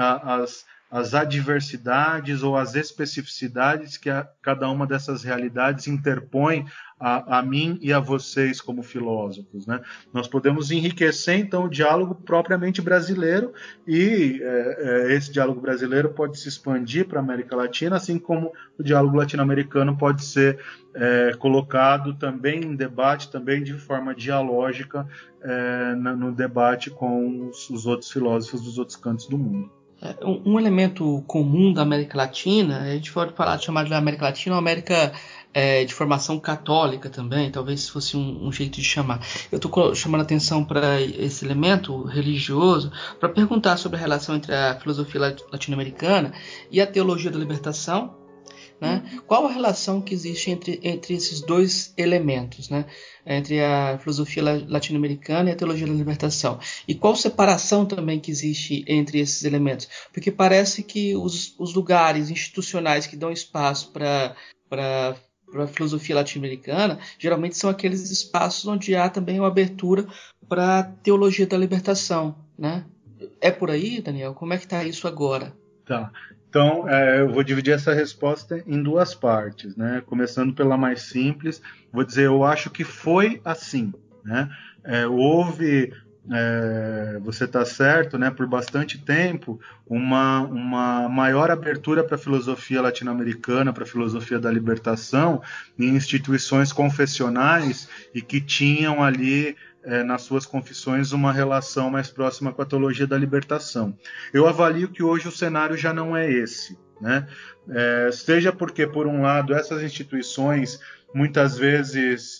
as adversidades ou as especificidades que cada uma dessas realidades interpõe a mim e a vocês como filósofos, né? Nós podemos enriquecer, então, o diálogo propriamente brasileiro e esse diálogo brasileiro pode se expandir para a América Latina, assim como o diálogo latino-americano pode ser colocado também em debate, também de forma dialógica no debate com os outros filósofos dos outros cantos do mundo. Um elemento comum da América Latina, a gente pode chamar de América Latina ou América de formação católica também, talvez fosse um jeito de chamar. Eu estou chamando a atenção para esse elemento religioso para perguntar sobre a relação entre a filosofia latino-americana e a teologia da libertação, né? Qual a relação que existe entre esses dois elementos, né? Entre a filosofia latino-americana e a teologia da libertação? E qual separação também que existe entre esses elementos? Porque parece que os lugares institucionais que dão espaço para a filosofia latino-americana geralmente são aqueles espaços onde há também uma abertura para a teologia da libertação, né? É por aí, Daniel? Como é que está isso agora? Tá. Então, eu vou dividir essa resposta em duas partes, né? Começando pela mais simples, vou dizer, eu acho que foi assim, né? Houve, você está certo, né? Por bastante tempo, uma maior abertura para a filosofia latino-americana, para a filosofia da libertação, em instituições confessionais e que tinham ali nas suas confissões uma relação mais próxima com a teologia da libertação. Eu avalio que hoje o cenário já não é esse, né? Seja porque, por um lado, essas instituições, muitas vezes,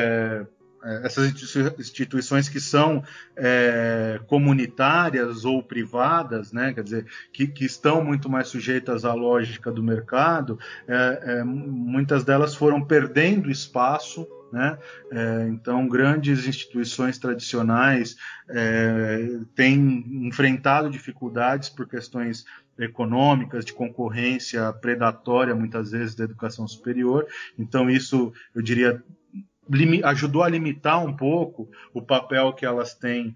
essas instituições que são comunitárias ou privadas, né? Quer dizer, que estão muito mais sujeitas à lógica do mercado, muitas delas foram perdendo espaço, né? Então, grandes instituições tradicionais têm enfrentado dificuldades por questões econômicas, de concorrência predatória, muitas vezes, da educação superior. Então, isso, eu diria, ajudou a limitar um pouco o papel que elas têm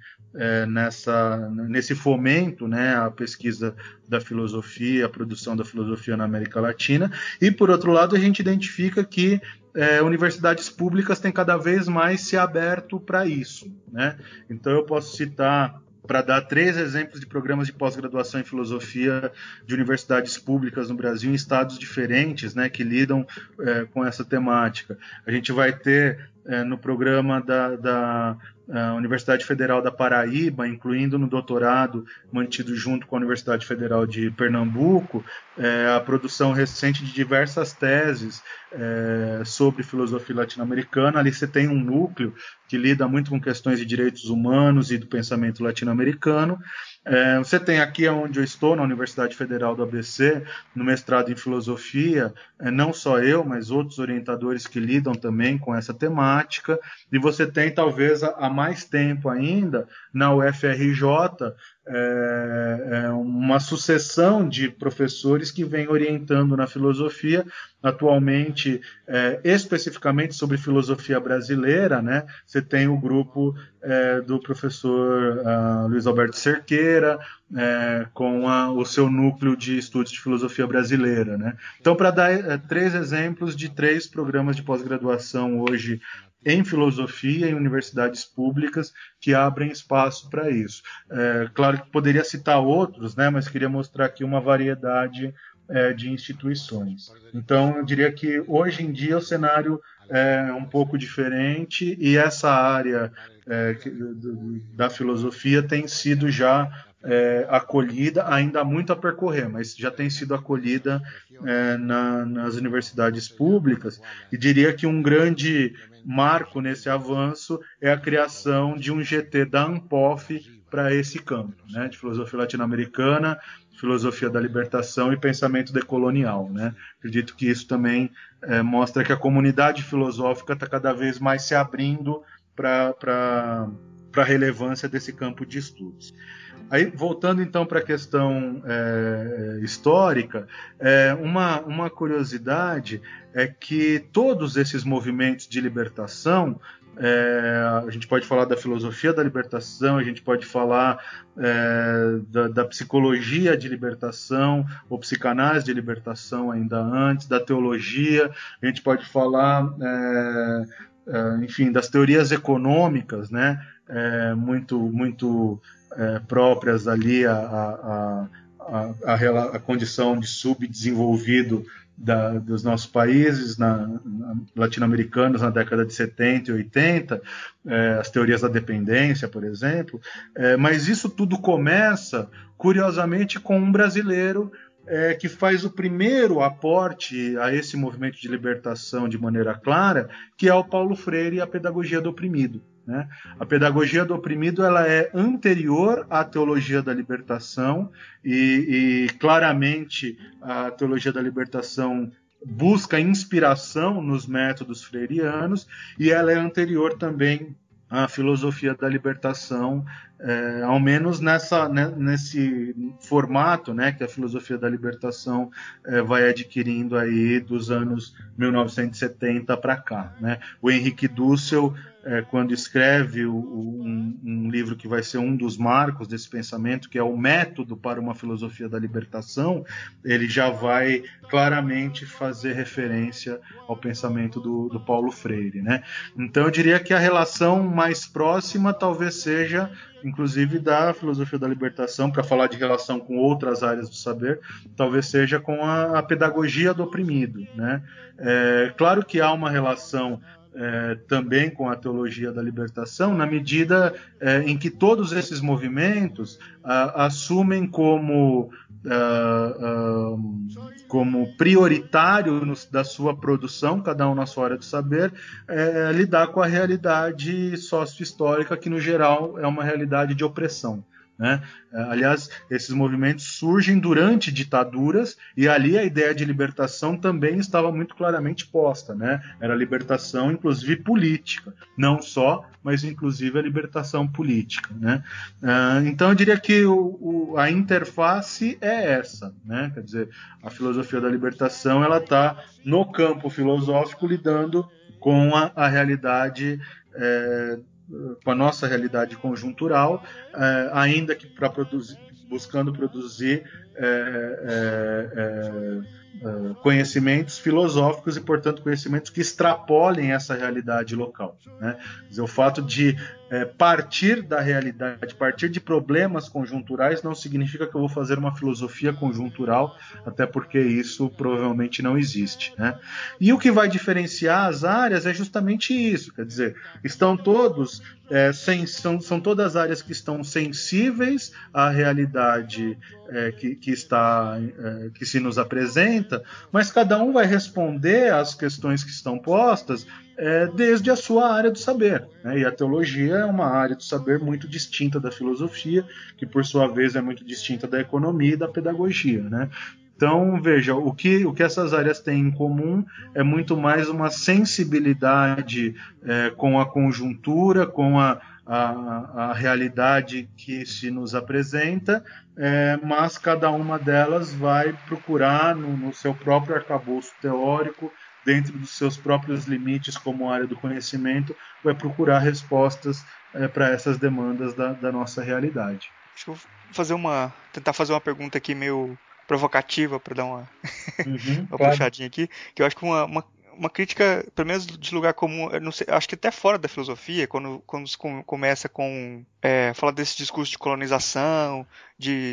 nesse fomento, né, a pesquisa da filosofia, a produção da filosofia na América Latina. E, por outro lado, a gente identifica que universidades públicas têm cada vez mais se aberto para isso, né? Então, eu posso citar, para dar 3 exemplos de programas de pós-graduação em filosofia de universidades públicas no Brasil, em estados diferentes, né, que lidam com essa temática. A gente vai ter no programa da Universidade Federal da Paraíba, incluindo no doutorado mantido junto com a Universidade Federal de Pernambuco, a produção recente de diversas teses sobre filosofia latino-americana. Ali você tem um núcleo que lida muito com questões de direitos humanos e do pensamento latino-americano. Você tem aqui onde eu estou, na Universidade Federal do ABC, no mestrado em filosofia, não só eu, mas outros orientadores que lidam também com essa temática, e você tem talvez há mais tempo ainda, na UFRJ, uma sucessão de professores que vem orientando na filosofia, atualmente especificamente sobre filosofia brasileira, né? Você tem o grupo do professor Luiz Alberto Cerqueira, com o seu núcleo de estudos de filosofia brasileira, né? Então, para dar 3 exemplos de 3 programas de pós-graduação hoje em filosofia em universidades públicas que abrem espaço para isso. Claro que poderia citar outros, né, mas queria mostrar aqui uma variedade de instituições. Então, eu diria que hoje em dia o cenário é um pouco diferente e essa área da filosofia tem sido já acolhida, ainda há muito a percorrer, mas já tem sido acolhida nas universidades públicas, e diria que um grande marco nesse avanço é a criação de um GT da ANPOF para esse campo, né, de filosofia latino-americana, filosofia da libertação e pensamento decolonial, né? Acredito que isso também mostra que a comunidade filosófica está cada vez mais se abrindo para a relevância desse campo de estudos. Aí, voltando então para a questão histórica, uma curiosidade é que todos esses movimentos de libertação, a gente pode falar da filosofia da libertação, a gente pode falar da psicologia de libertação, ou psicanálise de libertação ainda antes, da teologia, a gente pode falar, enfim, das teorias econômicas, né, muito próprias ali a condição de subdesenvolvido dos nossos países latino-americanos na década de 70 e 80, as teorias da dependência, por exemplo, mas isso tudo começa, curiosamente, com um brasileiro que faz o primeiro aporte a esse movimento de libertação de maneira clara, que é o Paulo Freire e a pedagogia do oprimido. Né? A pedagogia do oprimido ela é anterior à teologia da libertação e claramente a teologia da libertação busca inspiração nos métodos freirianos e ela é anterior também à filosofia da libertação, ao menos nesse formato, né, que a filosofia da libertação vai adquirindo aí dos anos 1970 para cá. Né? O Henrique Dussel, quando escreve um livro que vai ser um dos marcos desse pensamento, que é o Método para uma Filosofia da Libertação, ele já vai claramente fazer referência ao pensamento do Paulo Freire. Né? Então eu diria que a relação mais próxima talvez seja, inclusive, da filosofia da libertação, para falar de relação com outras áreas do saber, talvez seja com a pedagogia do oprimido. Né? Claro que há uma relação também com a teologia da libertação, na medida em que todos esses movimentos assumem como prioritário da sua produção, cada um na sua área do saber, lidar com a realidade sócio-histórica, que no geral é uma realidade de opressão. Né? Aliás, esses movimentos surgem durante ditaduras e ali a ideia de libertação também estava muito claramente posta, né? Era libertação, inclusive política, não só, mas inclusive a libertação política, né? Então eu diria que a interface é essa, né? Quer dizer, a filosofia da libertação ela está no campo filosófico lidando com a realidade com a nossa realidade conjuntural, ainda que buscando produzir conhecimentos filosóficos e, portanto, conhecimentos que extrapolem essa realidade local. Né? Quer dizer, o fato de partir da realidade, partir de problemas conjunturais, não significa que eu vou fazer uma filosofia conjuntural, até porque isso provavelmente não existe. Né? E o que vai diferenciar as áreas é justamente isso, quer dizer, estão todos, são todas áreas que estão sensíveis à realidade que se nos apresenta, mas cada um vai responder às questões que estão postas desde a sua área do saber. Né? E a teologia é uma área do saber muito distinta da filosofia, que por sua vez é muito distinta da economia e da pedagogia. Né? Então, veja, o que essas áreas têm em comum é muito mais uma sensibilidade com a conjuntura, com a realidade que se nos apresenta, mas cada uma delas vai procurar, no seu próprio arcabouço teórico, dentro dos seus próprios limites como área do conhecimento, vai procurar respostas para essas demandas da nossa realidade. Deixa eu tentar fazer uma pergunta aqui meio provocativa para dar uma claro. puxadinha aqui, que eu acho que uma crítica, pelo menos de lugar comum, não sei, acho que até fora da filosofia, quando se começa com falar desse discurso de colonização, de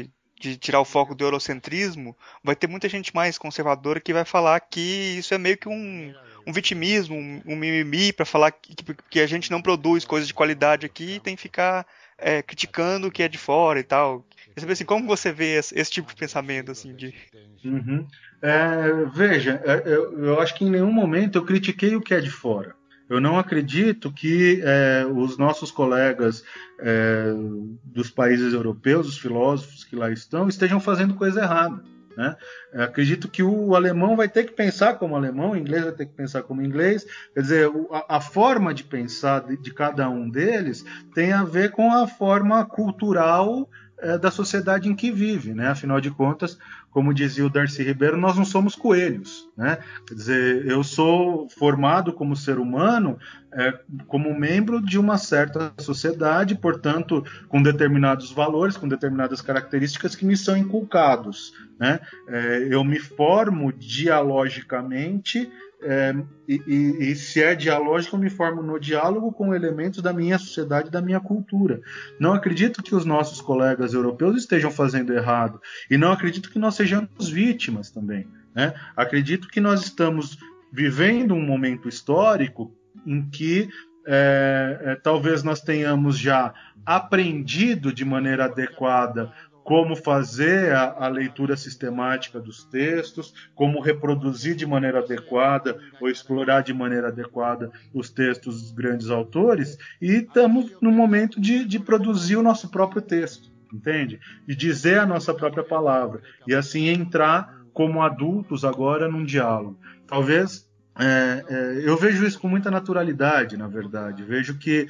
de tirar o foco do eurocentrismo, vai ter muita gente mais conservadora que vai falar que isso é meio que um vitimismo, um mimimi, para falar que a gente não produz coisas de qualidade aqui e tem que ficar criticando o que é de fora e tal. Eu saber assim, como você vê esse tipo de pensamento assim de... Uhum. Veja, eu acho que em nenhum momento eu critiquei o que é de fora. Eu não acredito que os nossos colegas dos países europeus, os filósofos que lá estejam fazendo coisa errada, né? Eu acredito que o alemão vai ter que pensar como alemão, o inglês vai ter que pensar como inglês. Quer dizer, a forma de pensar de cada um deles tem a ver com a forma cultural da sociedade em que vive, né? Afinal de contas, como dizia o Darcy Ribeiro, nós não somos coelhos, né? Quer dizer, eu sou formado como ser humano como membro de uma certa sociedade, portanto, com determinados valores, com determinadas características que me são inculcados, né? Eu me formo dialogicamente, e se é dialógico, eu me formo no diálogo com elementos da minha sociedade, da minha cultura. Não acredito que os nossos colegas europeus estejam fazendo errado, e não acredito que nós sejamos vítimas também, né? Acredito que nós estamos vivendo um momento histórico em que talvez nós tenhamos já aprendido de maneira adequada como fazer a leitura sistemática dos textos, como reproduzir de maneira adequada ou explorar de maneira adequada os textos dos grandes autores, e estamos no momento de produzir o nosso próprio texto, entende? De dizer a nossa própria palavra, e assim entrar como adultos agora num diálogo. Talvez eu vejo isso com muita naturalidade, na verdade. Vejo que,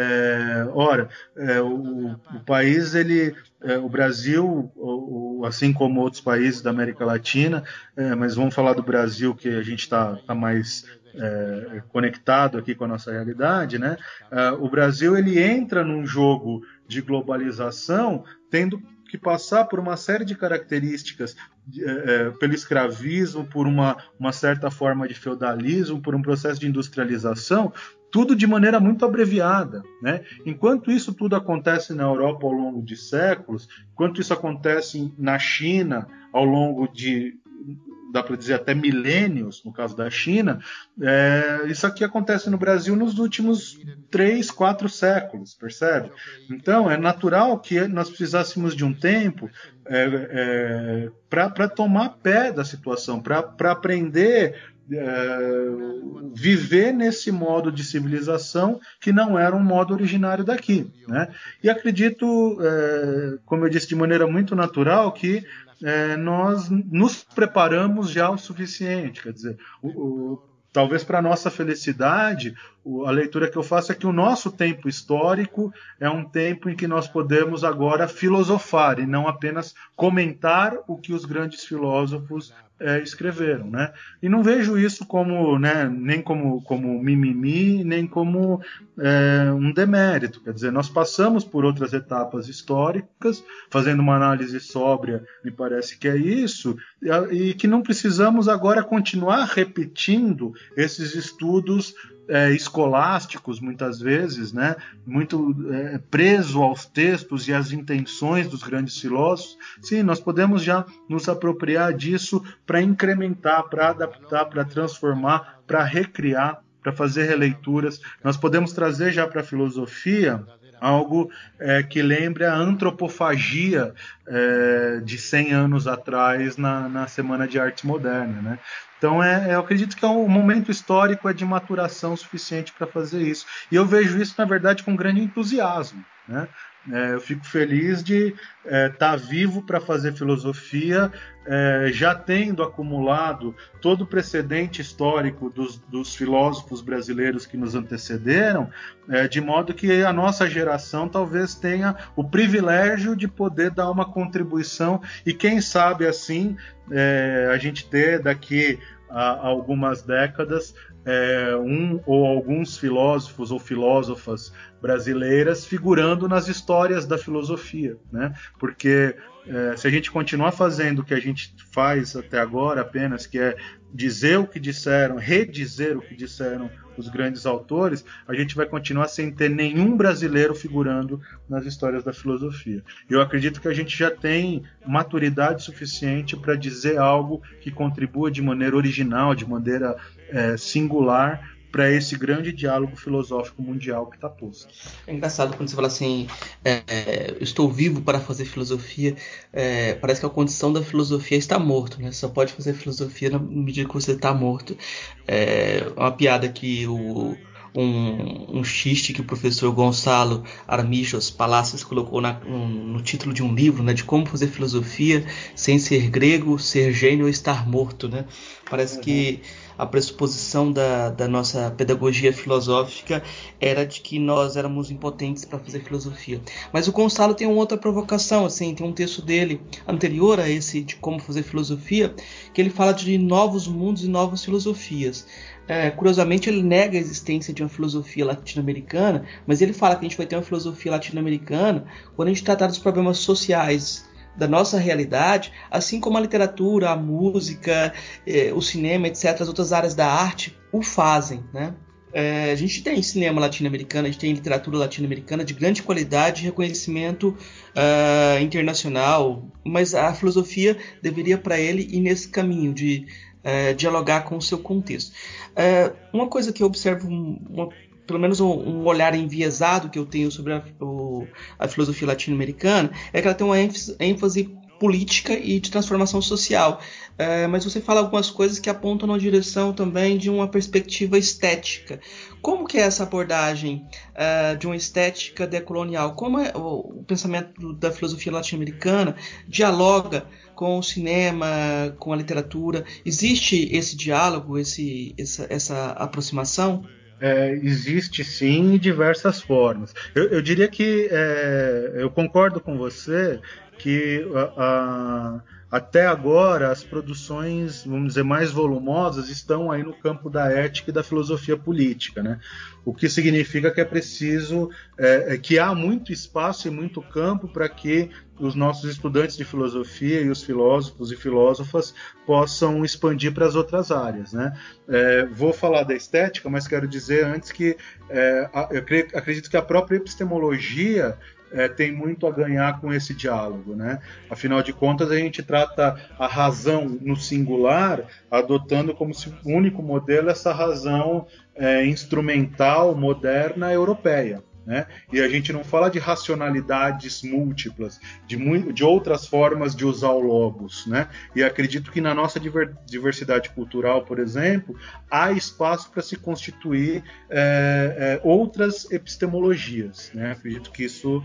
o país, o Brasil, assim como outros países da América Latina, mas vamos falar do Brasil, que a gente está mais conectado aqui com a nossa realidade, né? O Brasil, ele entra num jogo de globalização tendo que passar por uma série de características, pelo escravismo, por uma certa forma de feudalismo, por um processo de industrialização, tudo de maneira muito abreviada, né? Enquanto isso tudo acontece na Europa ao longo de séculos, enquanto isso acontece na China ao longo de, dá para dizer, até milênios, no caso da China, isso aqui acontece no Brasil nos últimos 3, 4 séculos, percebe? Então, é natural que nós precisássemos de um tempo para tomar pé da situação, para aprender viver nesse modo de civilização que não era um modo originário daqui, né? E acredito, como eu disse, de maneira muito natural, que nós nos preparamos já o suficiente. Quer dizer, talvez para a nossa felicidade, a leitura que eu faço é que o nosso tempo histórico é um tempo em que nós podemos agora filosofar e não apenas comentar o que os grandes filósofos escreveram, né? E não vejo isso como, né, nem como mimimi, nem como um demérito. Quer dizer, nós passamos por outras etapas históricas, fazendo uma análise sóbria, me parece que é isso, e que não precisamos agora continuar repetindo esses estudos escolásticos, muitas vezes, né, muito preso aos textos e às intenções dos grandes filósofos. Sim, nós podemos já nos apropriar disso para incrementar, para adaptar, para transformar, para recriar, para fazer releituras. Nós podemos trazer já para a filosofia algo que lembre a antropofagia de 100 anos atrás na Semana de Arte Moderna, né? Então, eu acredito que o momento histórico é de maturação suficiente para fazer isso. E eu vejo isso, na verdade, com grande entusiasmo, né? Eu fico feliz de estar vivo para fazer filosofia, já tendo acumulado todo o precedente histórico dos filósofos brasileiros que nos antecederam, de modo que a nossa geração talvez tenha o privilégio de poder dar uma contribuição e, quem sabe, assim, a gente ter daqui a algumas décadas um ou alguns filósofos ou filósofas brasileiras figurando nas histórias da filosofia, né? Porque se a gente continuar fazendo o que a gente faz até agora apenas, que é dizer o que disseram, redizer o que disseram os grandes autores, a gente vai continuar sem ter nenhum brasileiro figurando nas histórias da filosofia. Eu acredito que a gente já tem maturidade suficiente para dizer algo que contribua de maneira original, de maneira singular, para esse grande diálogo filosófico mundial que está posto. É engraçado quando você fala assim, eu estou vivo para fazer filosofia, parece que a condição da filosofia é estar morto, né? Você só pode fazer filosofia na medida que você está morto. É uma piada que um xiste que o professor Gonçalo Armijos Palacios colocou no título de um livro, né, de como fazer filosofia sem ser grego, ser gênio ou estar morto, né? Parece que a pressuposição da nossa pedagogia filosófica era de que nós éramos impotentes para fazer filosofia. Mas o Gonçalo tem uma outra provocação, assim, tem um texto dele anterior a esse de como fazer filosofia, que ele fala de novos mundos e novas filosofias. Curiosamente, ele nega a existência de uma filosofia latino-americana, mas ele fala que a gente vai ter uma filosofia latino-americana quando a gente tratar dos problemas sociais da nossa realidade, assim como a literatura, a música, o cinema, etc., as outras áreas da arte o fazem, né? A gente tem cinema latino-americano, a gente tem literatura latino-americana de grande qualidade e reconhecimento internacional, mas a filosofia deveria, para ele, ir nesse caminho de dialogar com o seu contexto. Uma coisa que eu observo, pelo menos um olhar enviesado que eu tenho sobre a filosofia latino-americana, é que ela tem uma ênfase política e de transformação social. Mas você fala algumas coisas que apontam na direção também de uma perspectiva estética. Como que é essa abordagem de uma estética decolonial? Como o pensamento da filosofia latino-americana dialoga com o cinema, com a literatura? Existe esse diálogo, essa aproximação? Existe sim, de diversas formas. Eu diria que eu concordo com você que até agora as produções, vamos dizer, mais volumosas estão aí no campo da ética e da filosofia política, né? O que significa que é preciso, que há muito espaço e muito campo para que os nossos estudantes de filosofia e os filósofos e filósofas possam expandir para as outras áreas, né? Vou falar da estética, mas quero dizer antes que eu acredito que a própria epistemologia tem muito a ganhar com esse diálogo, né? Afinal de contas, a gente trata a razão no singular, adotando como se o único modelo essa razão instrumental, moderna, europeia. Né? E a gente não fala de racionalidades múltiplas, de outras formas de usar o logos, né? E acredito que na nossa diversidade cultural, por exemplo, há espaço para se constituir outras epistemologias, né? Acredito que isso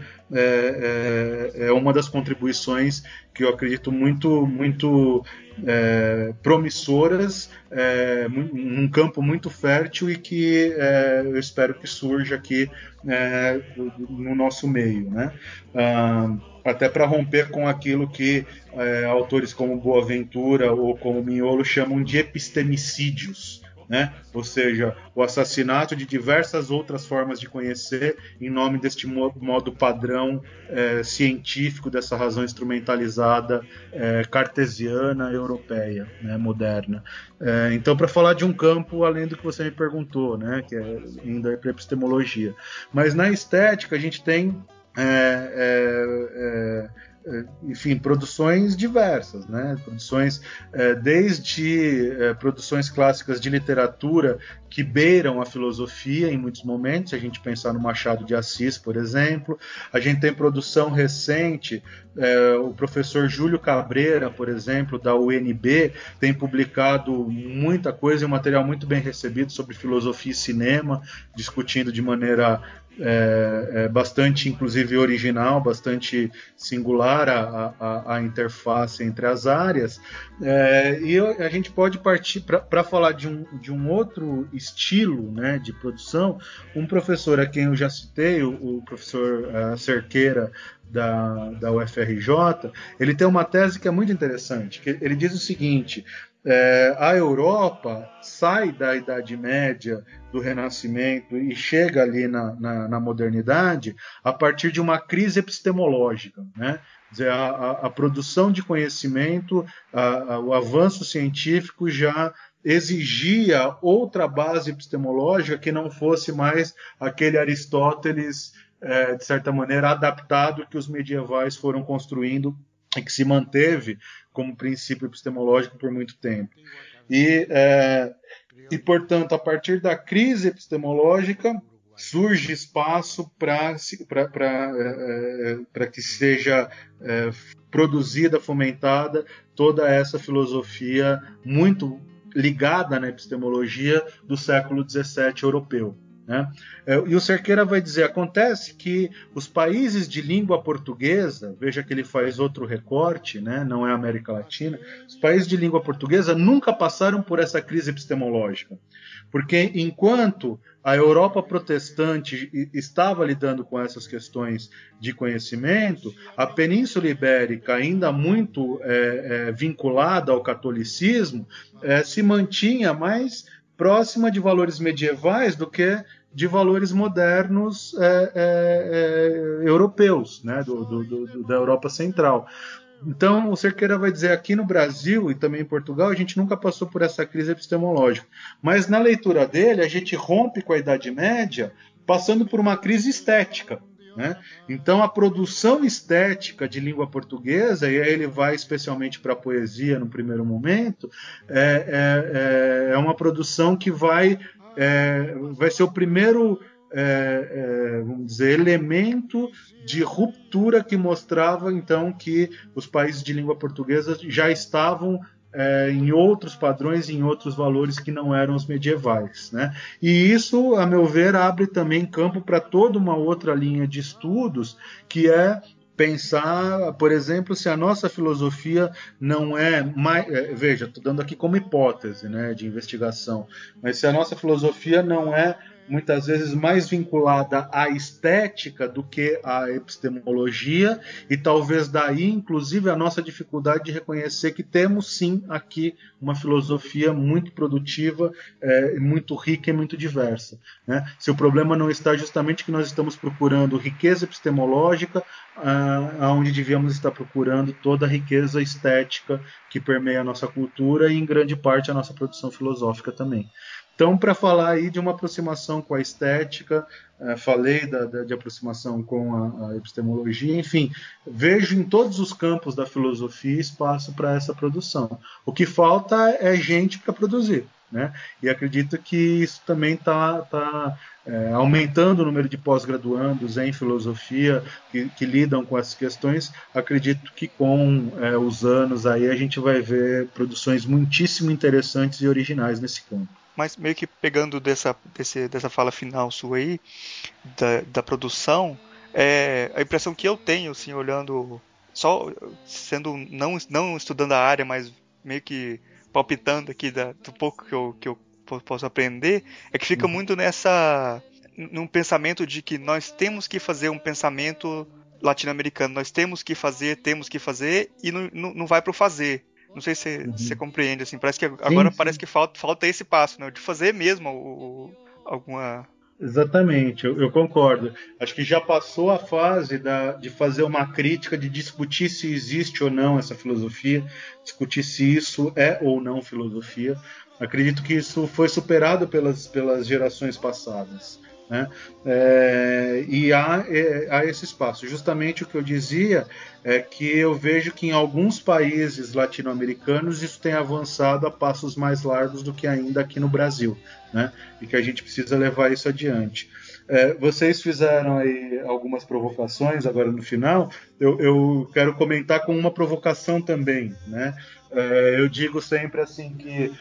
é uma das contribuições que eu acredito muito promissoras, num campo muito fértil e que eu espero que surja aqui no nosso meio, né? Até para romper com aquilo que autores como Boaventura ou como Mignolo chamam de epistemicídios, né? Ou seja, o assassinato de diversas outras formas de conhecer em nome deste modo padrão científico, dessa razão instrumentalizada cartesiana europeia, né, moderna. Então, para falar de um campo além do que você me perguntou, né, que é ainda para epistemologia, mas na estética a gente tem enfim, produções diversas, né? Produções desde produções clássicas de literatura que beiram a filosofia em muitos momentos, se a gente pensar no Machado de Assis, por exemplo. A gente tem produção recente, o professor Júlio Cabreira, por exemplo, da UNB, tem publicado muita coisa e um material muito bem recebido sobre filosofia e cinema, discutindo de maneira bastante, inclusive, original, bastante singular a interface entre as áreas, e a gente pode partir para falar de um outro estilo, né, de produção. Um professor a quem eu já citei, o professor Cerqueira, da UFRJ, ele tem uma tese que é muito interessante, que ele diz o seguinte: A Europa sai da Idade Média, do Renascimento e chega ali na modernidade a partir de uma crise epistemológica, né? Quer dizer, a produção de conhecimento, o avanço científico já exigia outra base epistemológica que não fosse mais aquele Aristóteles, de certa maneira, adaptado que os medievais foram construindo e que se manteve como princípio epistemológico por muito tempo. E portanto, a partir da crise epistemológica, surge espaço para que seja produzida, fomentada toda essa filosofia muito ligada na epistemologia do século XVII europeu. Né? E o Cerqueira vai dizer, acontece que os países de língua portuguesa, veja que ele faz outro recorte, né? Não é a América Latina, os países de língua portuguesa nunca passaram por essa crise epistemológica, porque enquanto a Europa protestante estava lidando com essas questões de conhecimento, a Península Ibérica, ainda muito vinculada ao catolicismo, se mantinha mais próxima de valores medievais do que de valores modernos europeus, né, da Europa Central. Então, o Cerqueira vai dizer, aqui no Brasil e também em Portugal, a gente nunca passou por essa crise epistemológica. Mas na leitura dele, a gente rompe com a Idade Média, passando por uma crise estética. Né? Então, a produção estética de língua portuguesa, e aí ele vai especialmente para a poesia no primeiro momento, é uma produção que vai ser o primeiro, vamos dizer, elemento de ruptura que mostrava, então, que os países de língua portuguesa já estavam em outros padrões, em outros valores que não eram os medievais. Né? E isso, a meu ver, abre também campo para toda uma outra linha de estudos, que é pensar, por exemplo, se a nossa filosofia não é mais... veja, estou dando aqui como hipótese, né, de investigação, mas se a nossa filosofia não é muitas vezes mais vinculada à estética do que à epistemologia, e talvez daí, inclusive, a nossa dificuldade de reconhecer que temos sim aqui uma filosofia muito produtiva, muito rica e muito diversa. Né? Se o problema não está justamente que nós estamos procurando riqueza epistemológica, onde devíamos estar procurando toda a riqueza estética que permeia a nossa cultura e, em grande parte, a nossa produção filosófica também. Então, para falar aí de uma aproximação com a estética, falei de aproximação com a epistemologia, enfim, vejo em todos os campos da filosofia espaço para essa produção. O que falta é gente para produzir, né? E acredito que isso também está aumentando o número de pós-graduandos em filosofia que lidam com essas questões. Acredito que com os anos aí a gente vai ver produções muitíssimo interessantes e originais nesse campo. Mas meio que pegando dessa fala final sua aí, da produção, a impressão que eu tenho, assim, olhando, só sendo, não estudando a área, mas meio que palpitando aqui do pouco que eu posso aprender, é que fica muito num pensamento de que nós temos que fazer um pensamento latino-americano, nós temos que fazer, e não vai pro fazer. Não sei se você compreende, assim, parece que agora sim. Parece que falta esse passo, né, de fazer mesmo alguma... Exatamente, eu concordo. Acho que já passou a fase de fazer uma crítica, de discutir se existe ou não essa filosofia, discutir se isso é ou não filosofia. Acredito que isso foi superado pelas gerações passadas. Né? E há esse espaço. Justamente o que eu dizia é que eu vejo que em alguns países latino-americanos isso tem avançado a passos mais largos do que ainda aqui no Brasil, né? E que a gente precisa levar isso adiante. Vocês fizeram aí algumas provocações agora no final, eu quero comentar com uma provocação também, né? Eu digo sempre assim que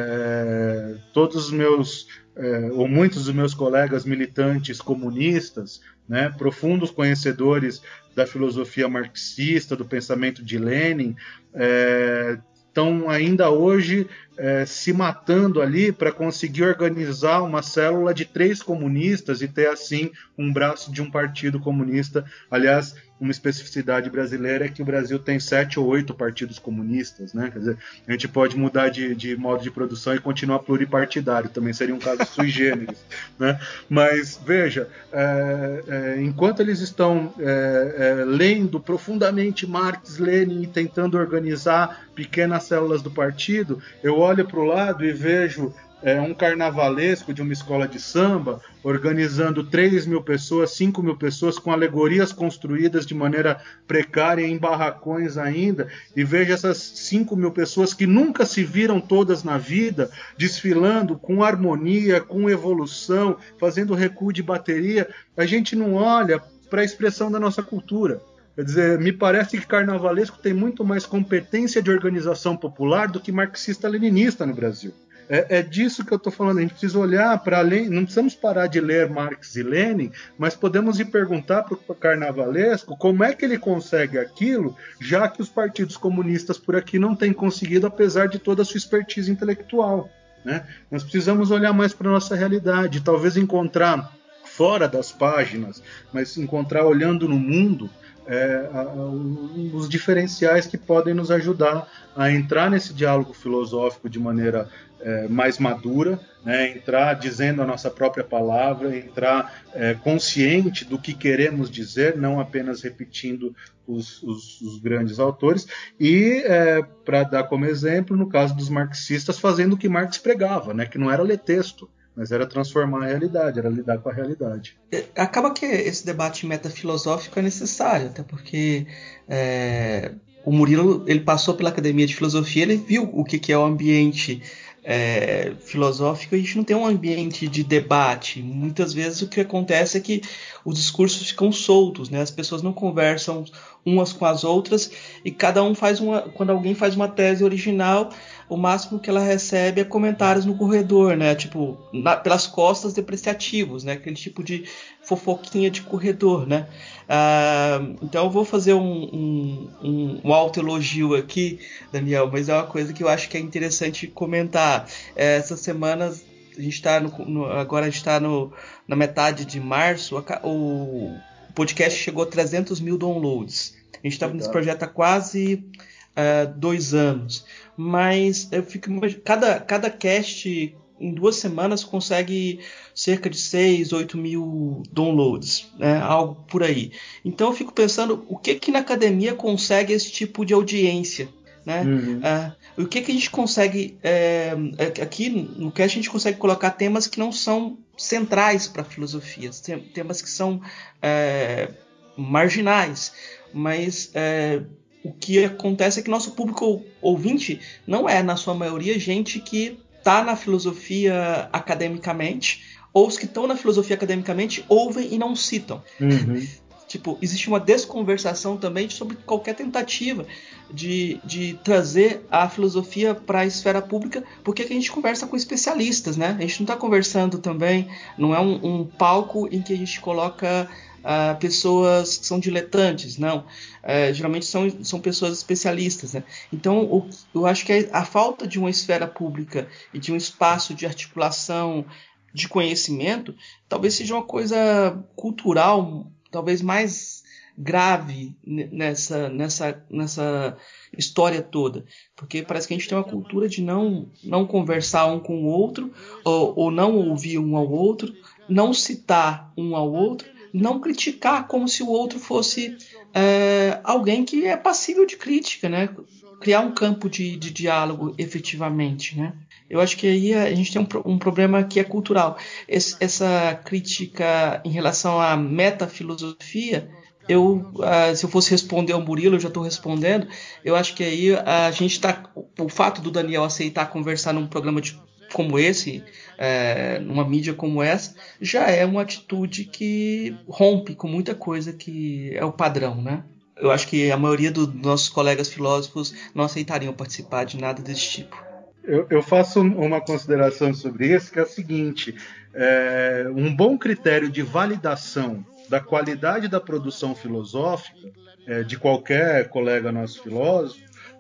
todos os meus ou muitos dos meus colegas militantes comunistas, né, profundos conhecedores da filosofia marxista, do pensamento de Lenin, estão ainda hoje se matando ali para conseguir organizar uma célula de 3 comunistas e ter assim um braço de um partido comunista. Aliás, uma especificidade brasileira é que o Brasil tem 7 ou 8 partidos comunistas, né? Quer dizer, a gente pode mudar de modo de produção e continuar pluripartidário, também seria um caso sui generis, né? Mas veja, enquanto eles estão lendo profundamente Marx, Lenin e tentando organizar pequenas células do partido, eu olho para o lado e vejo um carnavalesco de uma escola de samba organizando 3 mil pessoas, 5 mil pessoas com alegorias construídas de maneira precária em barracões ainda, e vejo essas 5 mil pessoas que nunca se viram todas na vida desfilando com harmonia, com evolução, fazendo recuo de bateria. A gente não olha para a expressão da nossa cultura. Quer dizer, me parece que carnavalesco tem muito mais competência de organização popular do que marxista-leninista no Brasil. É disso que eu estou falando. A gente precisa olhar para além. Não precisamos parar de ler Marx e Lenin, mas podemos ir perguntar para o carnavalesco como é que ele consegue aquilo, já que os partidos comunistas por aqui não têm conseguido, apesar de toda a sua expertise intelectual, né? Nós precisamos olhar mais para a nossa realidade, talvez encontrar fora das páginas, mas encontrar olhando no mundo os diferenciais que podem nos ajudar a entrar nesse diálogo filosófico de maneira mais madura, né? Entrar dizendo a nossa própria palavra, entrar consciente do que queremos dizer, não apenas repetindo os grandes autores, e para dar como exemplo, no caso dos marxistas, fazendo o que Marx pregava, né? Que não era ler texto, mas era transformar a realidade, era lidar com a realidade. Acaba que esse debate metafilosófico é necessário, até porque o Murilo ele passou pela Academia de Filosofia, ele viu o que é o ambiente filosófico. A gente não tem um ambiente de debate. Muitas vezes o que acontece é que os discursos ficam soltos, né? As pessoas não conversam umas com as outras e cada um quando alguém faz uma tese original, o máximo que ela recebe é comentários no corredor, né? Tipo, pelas costas depreciativos, né? Aquele tipo de fofoquinha de corredor, né? Então eu vou fazer um autoelogio aqui, Daniel, mas é uma coisa que eu acho que é interessante comentar. Essas semanas a gente está agora a gente está na metade de março, o podcast chegou a 300 mil downloads. A gente estava nesse projeto há quase 2 anos, mas eu fico cada cast em 2 semanas consegue cerca de 6, 8 mil downloads, né? Algo por aí. Então eu fico pensando o que na academia consegue esse tipo de audiência, né? O que a gente consegue aqui no cast a gente consegue colocar temas que não são centrais para a filosofia, temas que são marginais, mas o que acontece é que nosso público ouvinte não é, na sua maioria, gente que está na filosofia academicamente, ou os que estão na filosofia academicamente ouvem e não citam. Tipo, existe uma desconversação também sobre qualquer tentativa de trazer a filosofia para a esfera pública, porque a gente conversa com especialistas, né? A gente não está conversando também, não é um palco em que a gente coloca pessoas que são diletantes, não. Geralmente são pessoas especialistas, né? Então, eu acho que a falta de uma esfera pública e de um espaço de articulação de conhecimento talvez seja uma coisa cultural, talvez mais grave nessa história toda, porque parece que a gente tem uma cultura de não conversar um com o outro, ou não ouvir um ao outro, não citar um ao outro, não criticar como se o outro fosse alguém que é passível de crítica, né? Criar um campo de diálogo efetivamente, né? Eu acho que aí a gente tem um problema que é cultural. Essa crítica em relação à metafilosofia, se eu fosse responder ao Murilo, eu já estou respondendo. Eu acho que aí a gente está... O fato do Daniel aceitar conversar num programa como esse, numa mídia como essa, já é uma atitude que rompe com muita coisa que é o padrão, né? Eu acho que a maioria dos nossos colegas filósofos não aceitariam participar de nada desse tipo. Eu faço uma consideração sobre isso, que é o seguinte: um bom critério de validação da qualidade da produção filosófica de qualquer colega nosso filósofo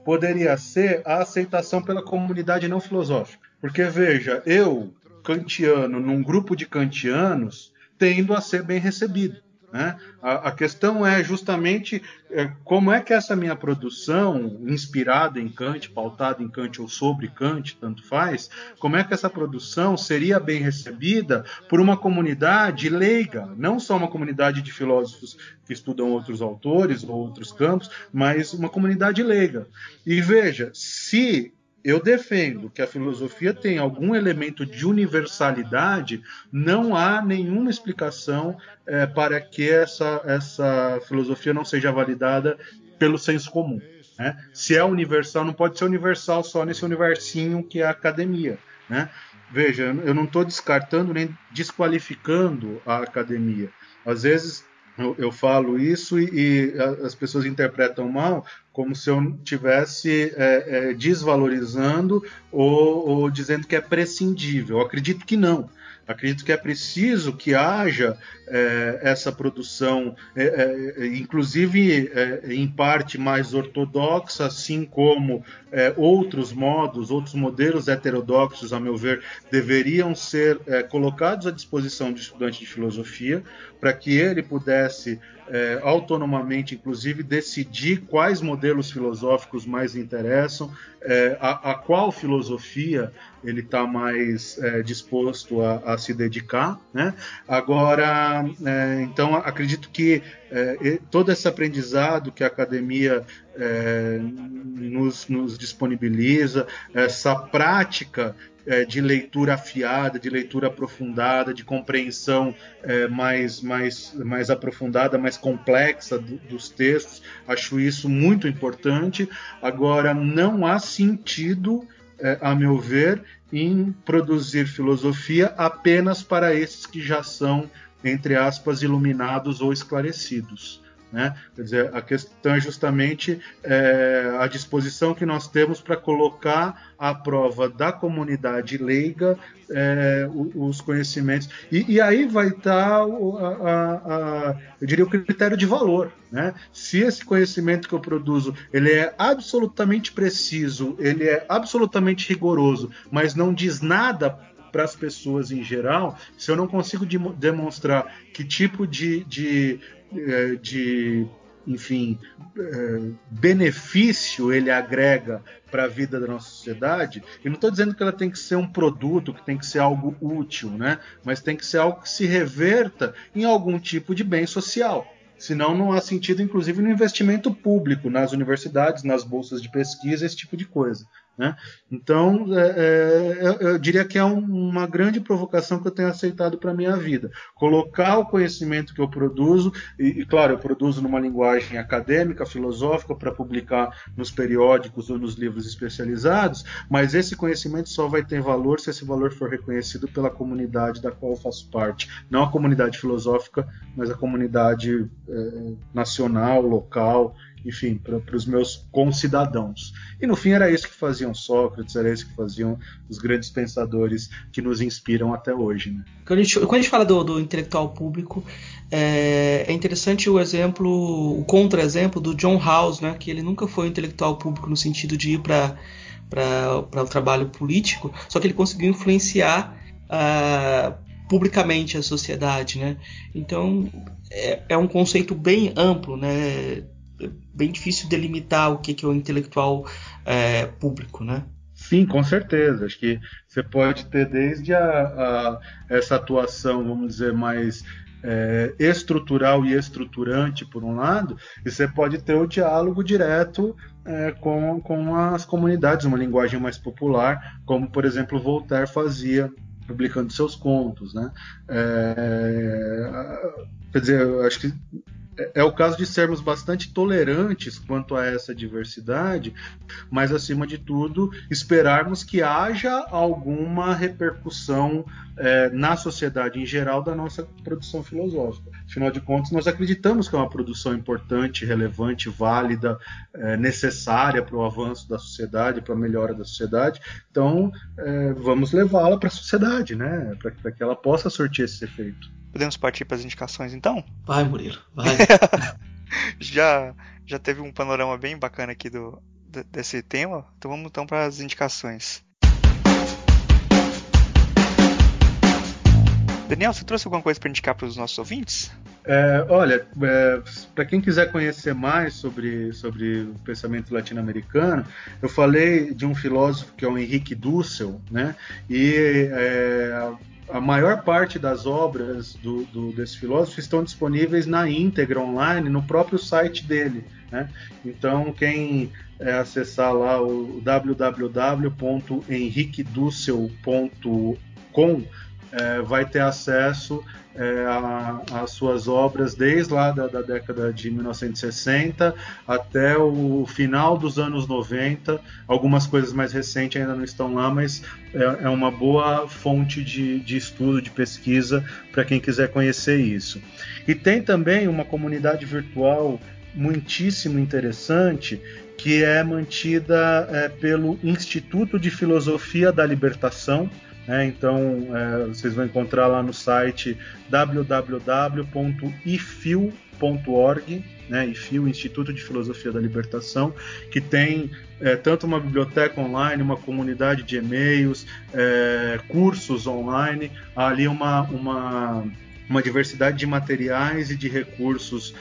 poderia ser a aceitação pela comunidade não filosófica. Porque, veja, eu, kantiano, num grupo de kantianos, tendo a ser bem recebido. Né? A questão é justamente como é que essa minha produção, inspirada em Kant, pautada em Kant ou sobre Kant, tanto faz, como é que essa produção seria bem recebida por uma comunidade leiga, não só uma comunidade de filósofos que estudam outros autores ou outros campos, mas uma comunidade leiga. E veja, se eu defendo que a filosofia tem algum elemento de universalidade, não há nenhuma explicação para que essa filosofia não seja validada pelo senso comum. Né? Se é universal, não pode ser universal só nesse universinho que é a academia. Né? Veja, eu não estou descartando nem desqualificando a academia. Às vezes eu falo isso e as pessoas interpretam mal, como se eu estivesse desvalorizando ou dizendo que é prescindível. Eu acredito que não. Acredito que é preciso que haja essa produção, inclusive em parte mais ortodoxa, assim como outros modelos heterodoxos, a meu ver, deveriam ser colocados à disposição do estudante de filosofia, para que ele pudesse autonomamente, inclusive, decidir quais modelos filosóficos mais interessam, a qual filosofia ele está mais disposto a se dedicar. Né? Agora, então, acredito que todo esse aprendizado que a academia nos disponibiliza, essa prática de leitura afiada, de leitura aprofundada, de compreensão mais aprofundada, mais complexa dos textos. Acho isso muito importante. Agora, não há sentido, a meu ver, em produzir filosofia apenas para esses que já são, entre aspas, iluminados ou esclarecidos. Né? Quer dizer, a questão é justamente a disposição que nós temos para colocar à prova da comunidade leiga os conhecimentos. E aí vai estar, eu diria, o critério de valor. Né? Se esse conhecimento que eu produzo ele é absolutamente preciso, ele é absolutamente rigoroso, mas não diz nada para as pessoas em geral, se eu não consigo demonstrar que tipo de benefício ele agrega para a vida da nossa sociedade, e não estou dizendo que ela tem que ser um produto, que tem que ser algo útil, né? Mas tem que ser algo que se reverta em algum tipo de bem social. Senão não há sentido, inclusive, no investimento público, nas universidades, nas bolsas de pesquisa, esse tipo de coisa. Né? Então, eu diria que é uma grande provocação que eu tenho aceitado para a minha vida. Colocar o conhecimento que eu produzo, e claro, eu produzo numa linguagem acadêmica, filosófica, para publicar nos periódicos ou nos livros especializados, mas esse conhecimento só vai ter valor se esse valor for reconhecido pela comunidade da qual eu faço parte. Não a comunidade filosófica, mas a comunidade nacional, local, enfim, para os meus concidadãos. E no fim era isso que faziam Sócrates, era isso que faziam os grandes pensadores que nos inspiram até hoje. Né? Quando a gente fala do intelectual público, é interessante o contra-exemplo do John Rawls, né, que ele nunca foi um intelectual público no sentido de ir para o trabalho político, só que ele conseguiu influenciar publicamente a sociedade. Né? Então é um conceito bem amplo, né? Bem difícil delimitar o que é o intelectual público, né? Sim, com certeza. Acho que você pode ter desde essa atuação, vamos dizer, mais estrutural e estruturante, por um lado, e você pode ter o diálogo direto com as comunidades, uma linguagem mais popular, como, por exemplo, Voltaire fazia, publicando seus contos. Né? Quer dizer, eu acho que é o caso de sermos bastante tolerantes quanto a essa diversidade, mas, acima de tudo, esperarmos que haja alguma repercussão na sociedade em geral da nossa produção filosófica. Afinal de contas, nós acreditamos que é uma produção importante, relevante, válida, necessária para o avanço da sociedade, para a melhora da sociedade. Então, vamos levá-la para a sociedade, né? Para que ela possa sortir esse efeito. Podemos partir para as indicações, então? Vai, Murilo, vai. já teve um panorama bem bacana aqui do desse tema, então vamos então para as indicações. Daniel, você trouxe alguma coisa para indicar para os nossos ouvintes? Olha, para quem quiser conhecer mais sobre o pensamento latino-americano, eu falei de um filósofo que é o Henrique Dussel, né? E a maior parte das obras desse filósofo estão disponíveis na íntegra online no próprio site dele, né? Então, quem acessar lá o www.henriquedussel.com vai ter acesso às suas obras desde lá da década de 1960 até o final dos anos 90. Algumas coisas mais recentes ainda não estão lá, mas é uma boa fonte de estudo, de pesquisa para quem quiser conhecer isso. E tem também uma comunidade virtual muitíssimo interessante que é mantida pelo Instituto de Filosofia da Libertação. Então, vocês vão encontrar lá no site www.ifil.org, né, IFIL, Instituto de Filosofia da Libertação, que tem tanto uma biblioteca online, uma comunidade de e-mails, cursos online, há ali uma diversidade de materiais e de recursos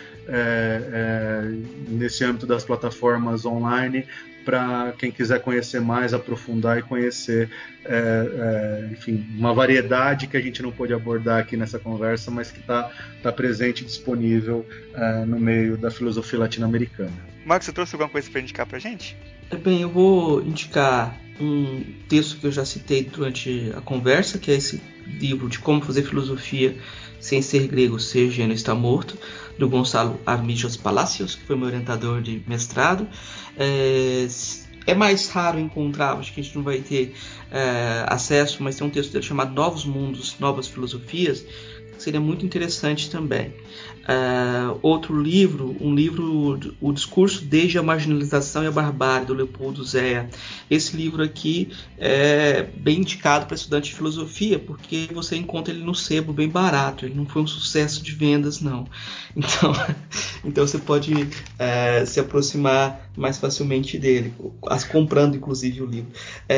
nesse âmbito das plataformas online, para quem quiser conhecer mais, aprofundar e conhecer, enfim, uma variedade que a gente não pôde abordar aqui nessa conversa, mas que está presente e disponível no meio da filosofia latino-americana. Marcos, você trouxe alguma coisa para indicar para a gente? Bem, eu vou indicar um texto que eu já citei durante a conversa, que é esse livro de Como Fazer Filosofia Sem Ser Grego, Ser Gênio Está Morto, do Gonçalo Armillos Palacios, que foi meu orientador de mestrado. É mais raro encontrar, acho que a gente não vai ter acesso, mas tem um texto dele chamado Novos Mundos, Novas Filosofias, que seria muito interessante também. Outro livro, O Discurso desde a Marginalização e a Barbárie, do Leopoldo Zea. Esse livro aqui é bem indicado para estudante de filosofia, porque você encontra ele no sebo bem barato, ele não foi um sucesso de vendas, não. Então você pode se aproximar mais facilmente dele, comprando inclusive o livro.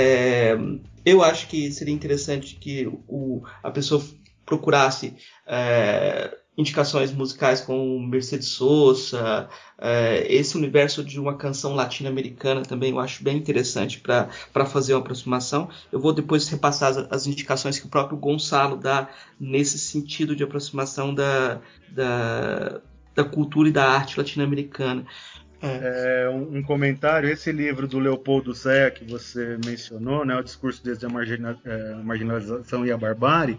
Eu acho que seria interessante que a pessoa procurasse indicações musicais como Mercedes Sosa, esse universo de uma canção latino-americana também eu acho bem interessante para fazer uma aproximação. Eu vou depois repassar as indicações que o próprio Gonçalo dá nesse sentido de aproximação da cultura e da arte latino-americana. Um comentário, esse livro do Leopoldo Zea que você mencionou, né, O Discurso desde a Marginalização e a Barbárie,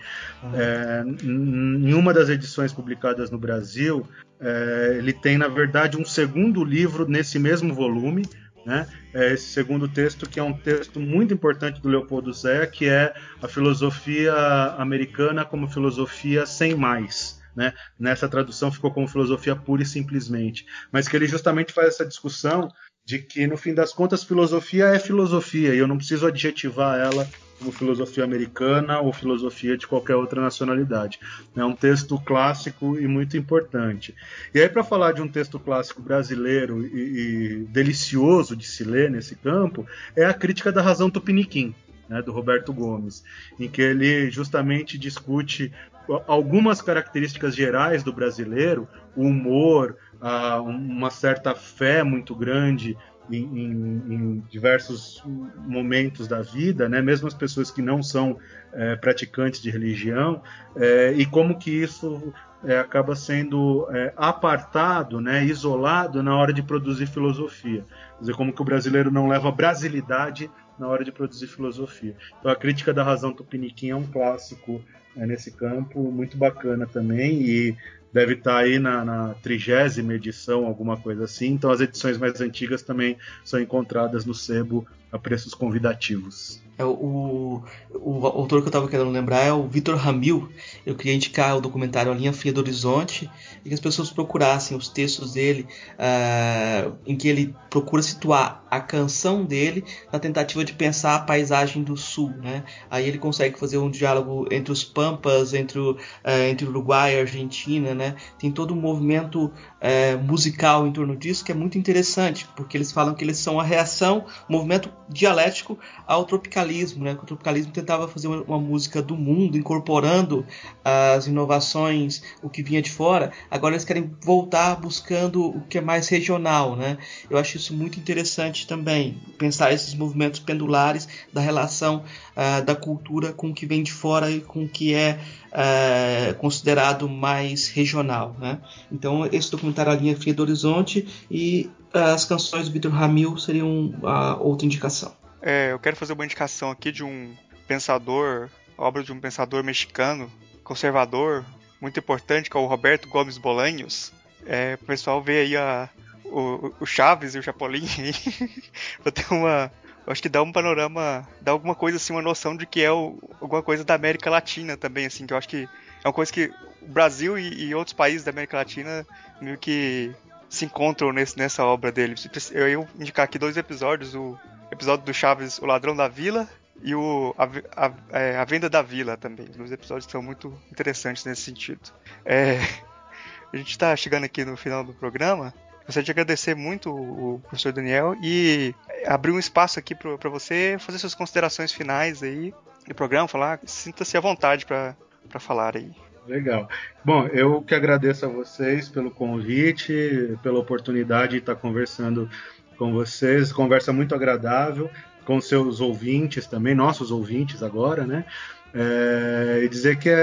em uma das edições publicadas no Brasil, ele tem, na verdade, um segundo livro nesse mesmo volume, né? Esse segundo texto, que é um texto muito importante do Leopoldo Zea, que é a filosofia americana como filosofia sem mais. Né? Nessa tradução ficou como filosofia pura e simplesmente, mas que ele justamente faz essa discussão de que, no fim das contas, filosofia é filosofia, e eu não preciso adjetivar ela como filosofia americana ou filosofia de qualquer outra nacionalidade. É um texto clássico e muito importante. E aí, para falar de um texto clássico brasileiro e delicioso de se ler nesse campo, é a Crítica da Razão Tupiniquim, né, do Roberto Gomes, em que ele justamente discute algumas características gerais do brasileiro, o humor, uma certa fé muito grande em diversos momentos da vida, né? Mesmo as pessoas que não são praticantes de religião, e como que isso acaba sendo apartado, né, isolado na hora de produzir filosofia. Quer dizer, como que o brasileiro não leva brasilidade na hora de produzir filosofia. Então, a Crítica da Razão Tupiniquim é um clássico nesse campo, muito bacana também, e deve estar aí na 30ª edição, alguma coisa assim. Então, as edições mais antigas também são encontradas no sebo a preços convidativos. O autor que eu estava querendo lembrar é o Vitor Ramil. Eu queria indicar o documentário A Linha Fria do Horizonte, e que as pessoas procurassem os textos dele, em que ele procura situar a canção dele na tentativa de pensar a paisagem do sul, né? Aí ele consegue fazer um diálogo entre os Pampas, entre o Uruguai e a Argentina, né? Tem todo um movimento musical em torno disso que é muito interessante, porque eles falam que eles são a reação, um movimento dialético ao tropicalismo, né? O tropicalismo tentava fazer uma música do mundo, incorporando as inovações, o que vinha de fora. Agora eles querem voltar buscando o que é mais regional, né? Eu acho isso muito interessante também, pensar esses movimentos pendulares da relação da cultura com o que vem de fora e com o que é considerado mais regional, né? Então esse documentário A Linha Fria do Horizonte e as canções do Victor Ramil seriam outra indicação. Eu quero fazer uma indicação aqui de um pensador, obra de um pensador mexicano, conservador, muito importante, que é o Roberto Gomes Bolaños. O pessoal vê aí o Chaves e o Chapolin aí, pra ter acho que dá um panorama, dá alguma coisa assim, uma noção de que é alguma coisa da América Latina também, assim, que eu acho que é uma coisa que o Brasil e outros países da América Latina meio que se encontram nessa obra dele. Eu ia indicar aqui 2 episódios, o episódio do Chaves, O Ladrão da Vila, e a Venda da Vila também. Os 2 episódios são muito interessantes nesse sentido. A gente está chegando aqui no final do programa. Gostaria de agradecer muito o professor Daniel e abrir um espaço aqui para você fazer suas considerações finais aí do programa, sinta-se à vontade para falar aí. Legal. Bom, eu que agradeço a vocês pelo convite, pela oportunidade de estar conversando com vocês. Conversa muito agradável com seus ouvintes também, nossos ouvintes agora, né? E dizer que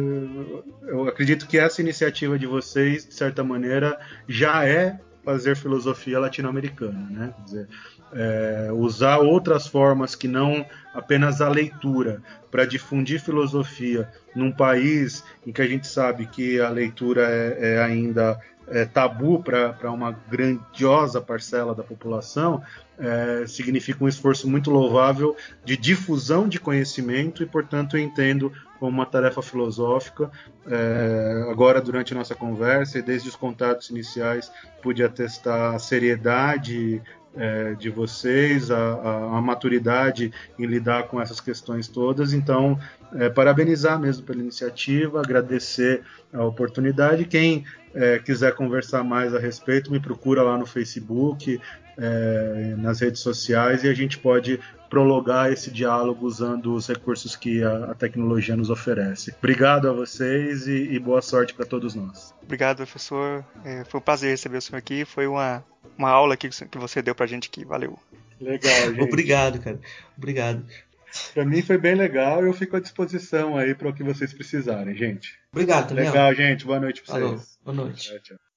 eu acredito que essa iniciativa de vocês, de certa maneira, já é fazer filosofia latino-americana, né? Quer dizer, usar outras formas que não apenas a leitura para difundir filosofia num país em que a gente sabe que a leitura ainda tabu para uma grandiosa parcela da população, significa um esforço muito louvável de difusão de conhecimento e, portanto, eu entendo como uma tarefa filosófica. Agora, durante a nossa conversa e desde os contatos iniciais, pude atestar a seriedade de vocês, a maturidade em lidar com essas questões todas. Então, parabenizar mesmo pela iniciativa, agradecer a oportunidade. Quem quiser conversar mais a respeito, me procura lá no Facebook, nas redes sociais, e a gente pode prolongar esse diálogo usando os recursos que a tecnologia nos oferece. Obrigado a vocês e boa sorte para todos nós. Obrigado, professor. Foi um prazer receber o senhor aqui. Foi uma aula aqui que você deu pra gente aqui. Valeu. Legal, gente. Obrigado, cara. Obrigado. Para mim foi bem legal e eu fico à disposição aí para o que vocês precisarem, gente. Obrigado, Daniel. Legal, gente. Boa noite para vocês. Boa noite. Tchau, tchau.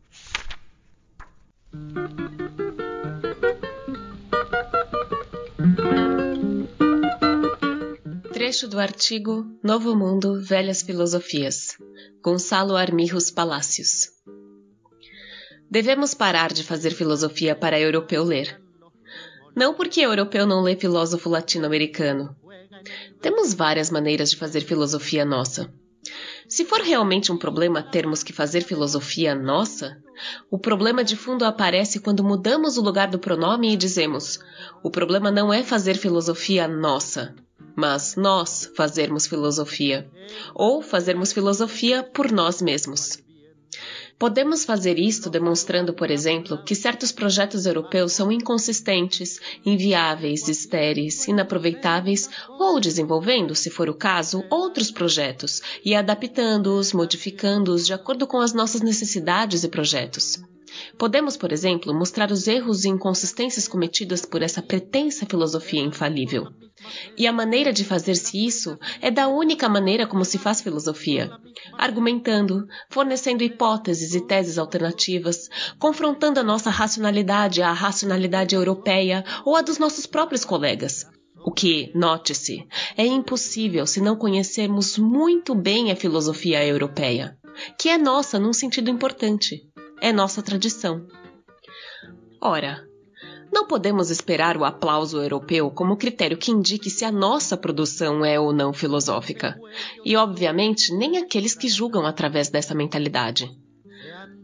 Trecho do artigo Novo Mundo, Velhas Filosofias, Gonçalo Armijos Palacios. Devemos parar de fazer filosofia para europeu ler. Não porque europeu não lê filósofo latino-americano. Temos várias maneiras de fazer filosofia nossa. Se for realmente um problema termos que fazer filosofia nossa, o problema de fundo aparece quando mudamos o lugar do pronome e dizemos: o problema não é fazer filosofia nossa, mas nós fazermos filosofia, ou fazermos filosofia por nós mesmos. Podemos fazer isto demonstrando, por exemplo, que certos projetos europeus são inconsistentes, inviáveis, estéreis, inaproveitáveis, ou desenvolvendo, se for o caso, outros projetos e adaptando-os, modificando-os de acordo com as nossas necessidades e projetos. Podemos, por exemplo, mostrar os erros e inconsistências cometidas por essa pretensa filosofia infalível. E a maneira de fazer-se isso é da única maneira como se faz filosofia: argumentando, fornecendo hipóteses e teses alternativas, confrontando a nossa racionalidade à racionalidade europeia ou a dos nossos próprios colegas. O que, note-se, é impossível se não conhecermos muito bem a filosofia europeia, que é nossa num sentido importante. É nossa tradição. Ora, não podemos esperar o aplauso europeu como critério que indique se a nossa produção é ou não filosófica, e obviamente nem aqueles que julgam através dessa mentalidade.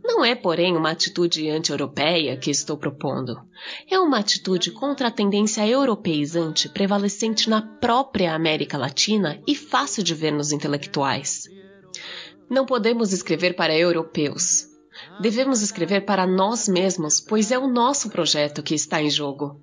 Não é, porém, uma atitude anti-europeia que estou propondo. É uma atitude contra a tendência europeizante prevalecente na própria América Latina e fácil de ver nos intelectuais. Não podemos escrever para europeus. Devemos escrever para nós mesmos, pois é o nosso projeto que está em jogo.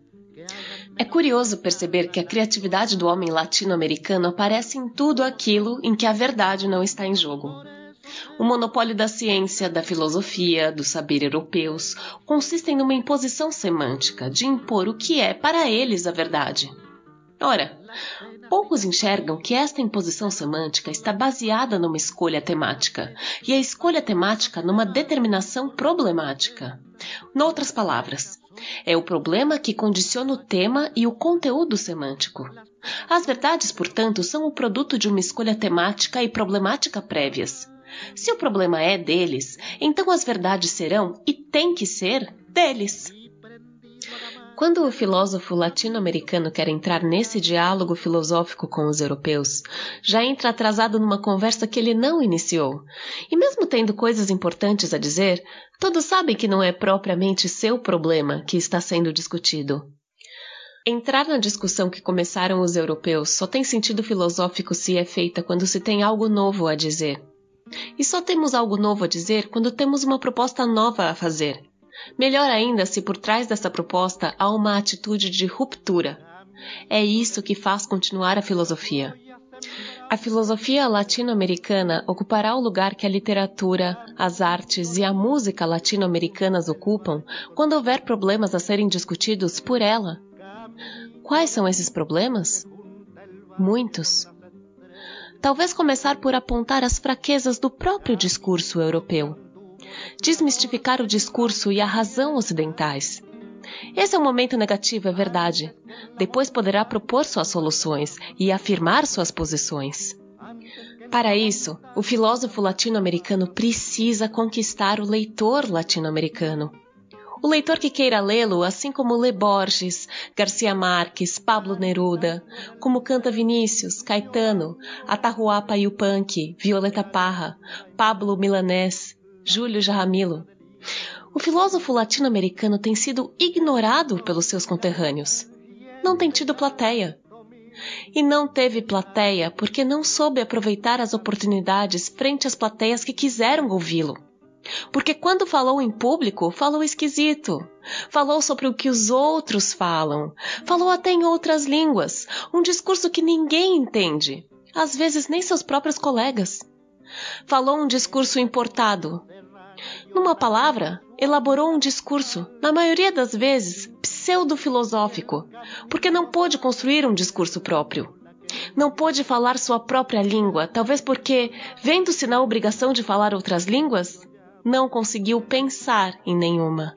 É curioso perceber que a criatividade do homem latino-americano aparece em tudo aquilo em que a verdade não está em jogo. O monopólio da ciência, da filosofia, do saber europeus consistem numa imposição semântica de impor o que é para eles a verdade. Ora, poucos enxergam que esta imposição semântica está baseada numa escolha temática, e a escolha temática numa determinação problemática. Noutras palavras, é o problema que condiciona o tema e o conteúdo semântico. As verdades, portanto, são o produto de uma escolha temática e problemática prévias. Se o problema é deles, então as verdades serão, e têm que ser, deles. Quando o filósofo latino-americano quer entrar nesse diálogo filosófico com os europeus, já entra atrasado numa conversa que ele não iniciou. E mesmo tendo coisas importantes a dizer, todos sabem que não é propriamente seu problema que está sendo discutido. Entrar na discussão que começaram os europeus só tem sentido filosófico se é feita quando se tem algo novo a dizer. E só temos algo novo a dizer quando temos uma proposta nova a fazer. Melhor ainda se por trás dessa proposta há uma atitude de ruptura. É isso que faz continuar a filosofia. A filosofia latino-americana ocupará o lugar que a literatura, as artes e a música latino-americanas ocupam quando houver problemas a serem discutidos por ela. Quais são esses problemas? Muitos. Talvez começar por apontar as fraquezas do próprio discurso europeu. Desmistificar o discurso e a razão ocidentais. Esse é um momento negativo, é verdade. Depois poderá propor suas soluções e afirmar suas posições. Para isso, o filósofo latino-americano precisa conquistar o leitor latino-americano. O leitor que queira lê-lo, assim como lê Borges, Garcia Marques, Pablo Neruda, como canta Vinícius, Caetano, Atahualpa Yupanqui, Violeta Parra, Pablo Milanés, Júlio Jaramillo. O filósofo latino-americano tem sido ignorado pelos seus conterrâneos. Não tem tido plateia. E não teve plateia porque não soube aproveitar as oportunidades frente às plateias que quiseram ouvi-lo. Porque quando falou em público, falou esquisito. Falou sobre o que os outros falam. Falou até em outras línguas. Um discurso que ninguém entende. Às vezes nem seus próprios colegas. Falou um discurso importado. Numa palavra, elaborou um discurso, na maioria das vezes, pseudo-filosófico, porque não pôde construir um discurso próprio. Não pôde falar sua própria língua, talvez porque, vendo-se na obrigação de falar outras línguas, não conseguiu pensar em nenhuma.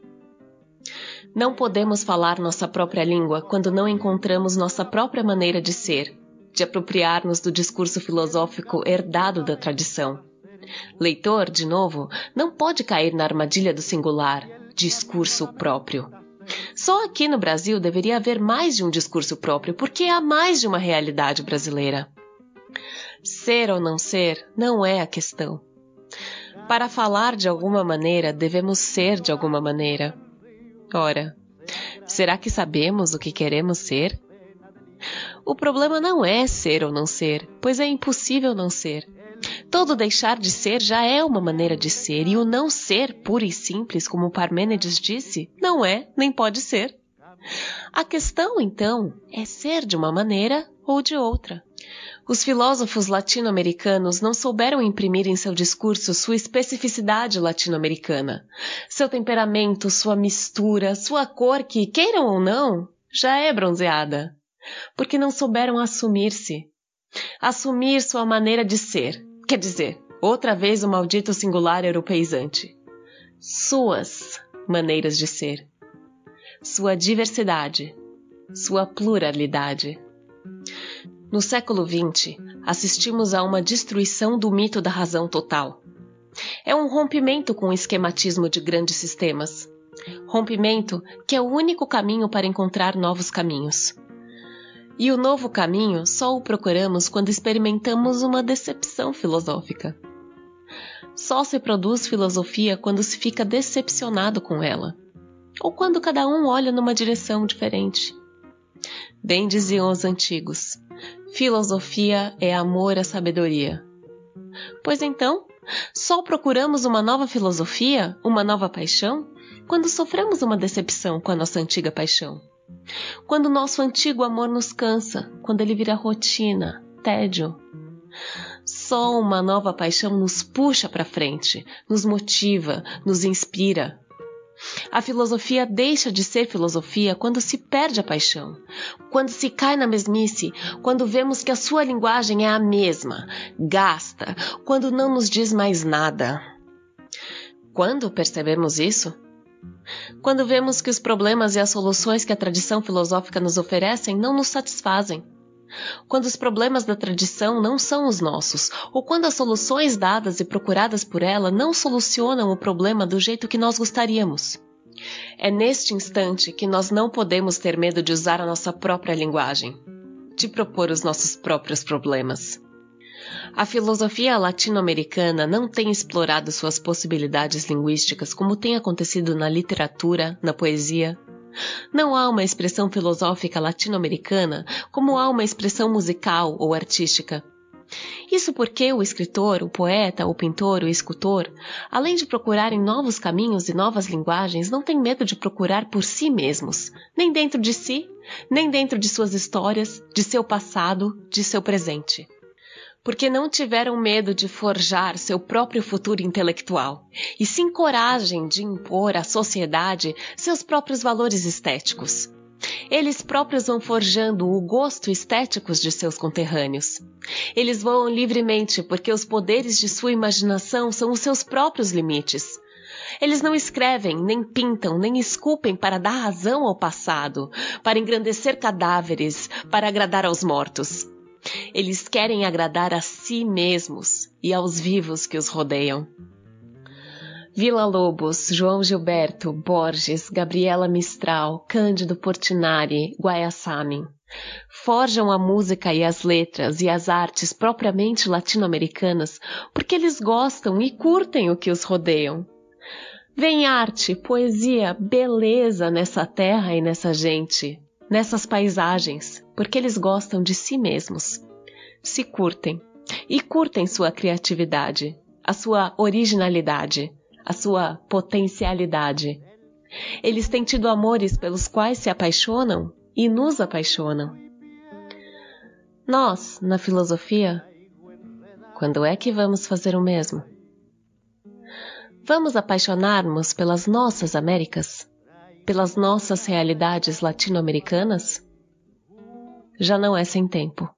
Não podemos falar nossa própria língua quando não encontramos nossa própria maneira de ser, de apropriar-nos do discurso filosófico herdado da tradição. Leitor, de novo, não pode cair na armadilha do singular, discurso próprio. Só aqui no Brasil deveria haver mais de um discurso próprio, porque há mais de uma realidade brasileira. Ser ou não ser não é a questão. Para falar de alguma maneira, devemos ser de alguma maneira. Ora, será que sabemos o que queremos ser? O problema não é ser ou não ser, pois é impossível não ser. Todo deixar de ser já é uma maneira de ser, e o não ser, puro e simples, como Parmênides disse, não é, nem pode ser. A questão, então, é ser de uma maneira ou de outra. Os filósofos latino-americanos não souberam imprimir em seu discurso sua especificidade latino-americana, seu temperamento, sua mistura, sua cor que, queiram ou não, já é bronzeada, porque não souberam assumir-se. Assumir sua maneira de ser, quer dizer, outra vez o maldito singular europeizante. Suas maneiras de ser, sua diversidade, sua pluralidade. No século XX, assistimos a uma destruição do mito da razão total. É um rompimento com o esquematismo de grandes sistemas. Rompimento que é o único caminho para encontrar novos caminhos. E o novo caminho só o procuramos quando experimentamos uma decepção filosófica. Só se produz filosofia quando se fica decepcionado com ela, ou quando cada um olha numa direção diferente. Bem diziam os antigos, filosofia é amor à sabedoria. Pois então, só procuramos uma nova filosofia, uma nova paixão, quando sofremos uma decepção com a nossa antiga paixão. Quando nosso antigo amor nos cansa, quando ele vira rotina, tédio. Só uma nova paixão nos puxa para frente, nos motiva, nos inspira. A filosofia deixa de ser filosofia quando se perde a paixão, quando se cai na mesmice, quando vemos que a sua linguagem é a mesma, gasta, quando não nos diz mais nada. Quando percebemos isso? Quando vemos que os problemas e as soluções que a tradição filosófica nos oferecem não nos satisfazem. Quando os problemas da tradição não são os nossos, ou quando as soluções dadas e procuradas por ela não solucionam o problema do jeito que nós gostaríamos. É neste instante que nós não podemos ter medo de usar a nossa própria linguagem, de propor os nossos próprios problemas. A filosofia latino-americana não tem explorado suas possibilidades linguísticas como tem acontecido na literatura, na poesia. Não há uma expressão filosófica latino-americana como há uma expressão musical ou artística. Isso porque o escritor, o poeta, o pintor, o escultor, além de procurarem novos caminhos e novas linguagens, não têm medo de procurar por si mesmos, nem dentro de si, nem dentro de suas histórias, de seu passado, de seu presente. Porque não tiveram medo de forjar seu próprio futuro intelectual e se encorajem de impor à sociedade seus próprios valores estéticos. Eles próprios vão forjando o gosto estético de seus conterrâneos. Eles voam livremente porque os poderes de sua imaginação são os seus próprios limites. Eles não escrevem, nem pintam, nem esculpem para dar razão ao passado, para engrandecer cadáveres, para agradar aos mortos. Eles querem agradar a si mesmos e aos vivos que os rodeiam. Villa-Lobos, João Gilberto, Borges, Gabriela Mistral, Cândido Portinari, Guaiasamín forjam a música e as letras e as artes propriamente latino-americanas porque eles gostam e curtem o que os rodeiam. Vem arte, poesia, beleza nessa terra e nessa gente, nessas paisagens, porque eles gostam de si mesmos, se curtem e curtem sua criatividade, a sua originalidade, a sua potencialidade. Eles têm tido amores pelos quais se apaixonam e nos apaixonam. Nós, na filosofia, quando é que vamos fazer o mesmo? Vamos apaixonar-nos pelas nossas Américas? Pelas nossas realidades latino-americanas? Já não é sem tempo.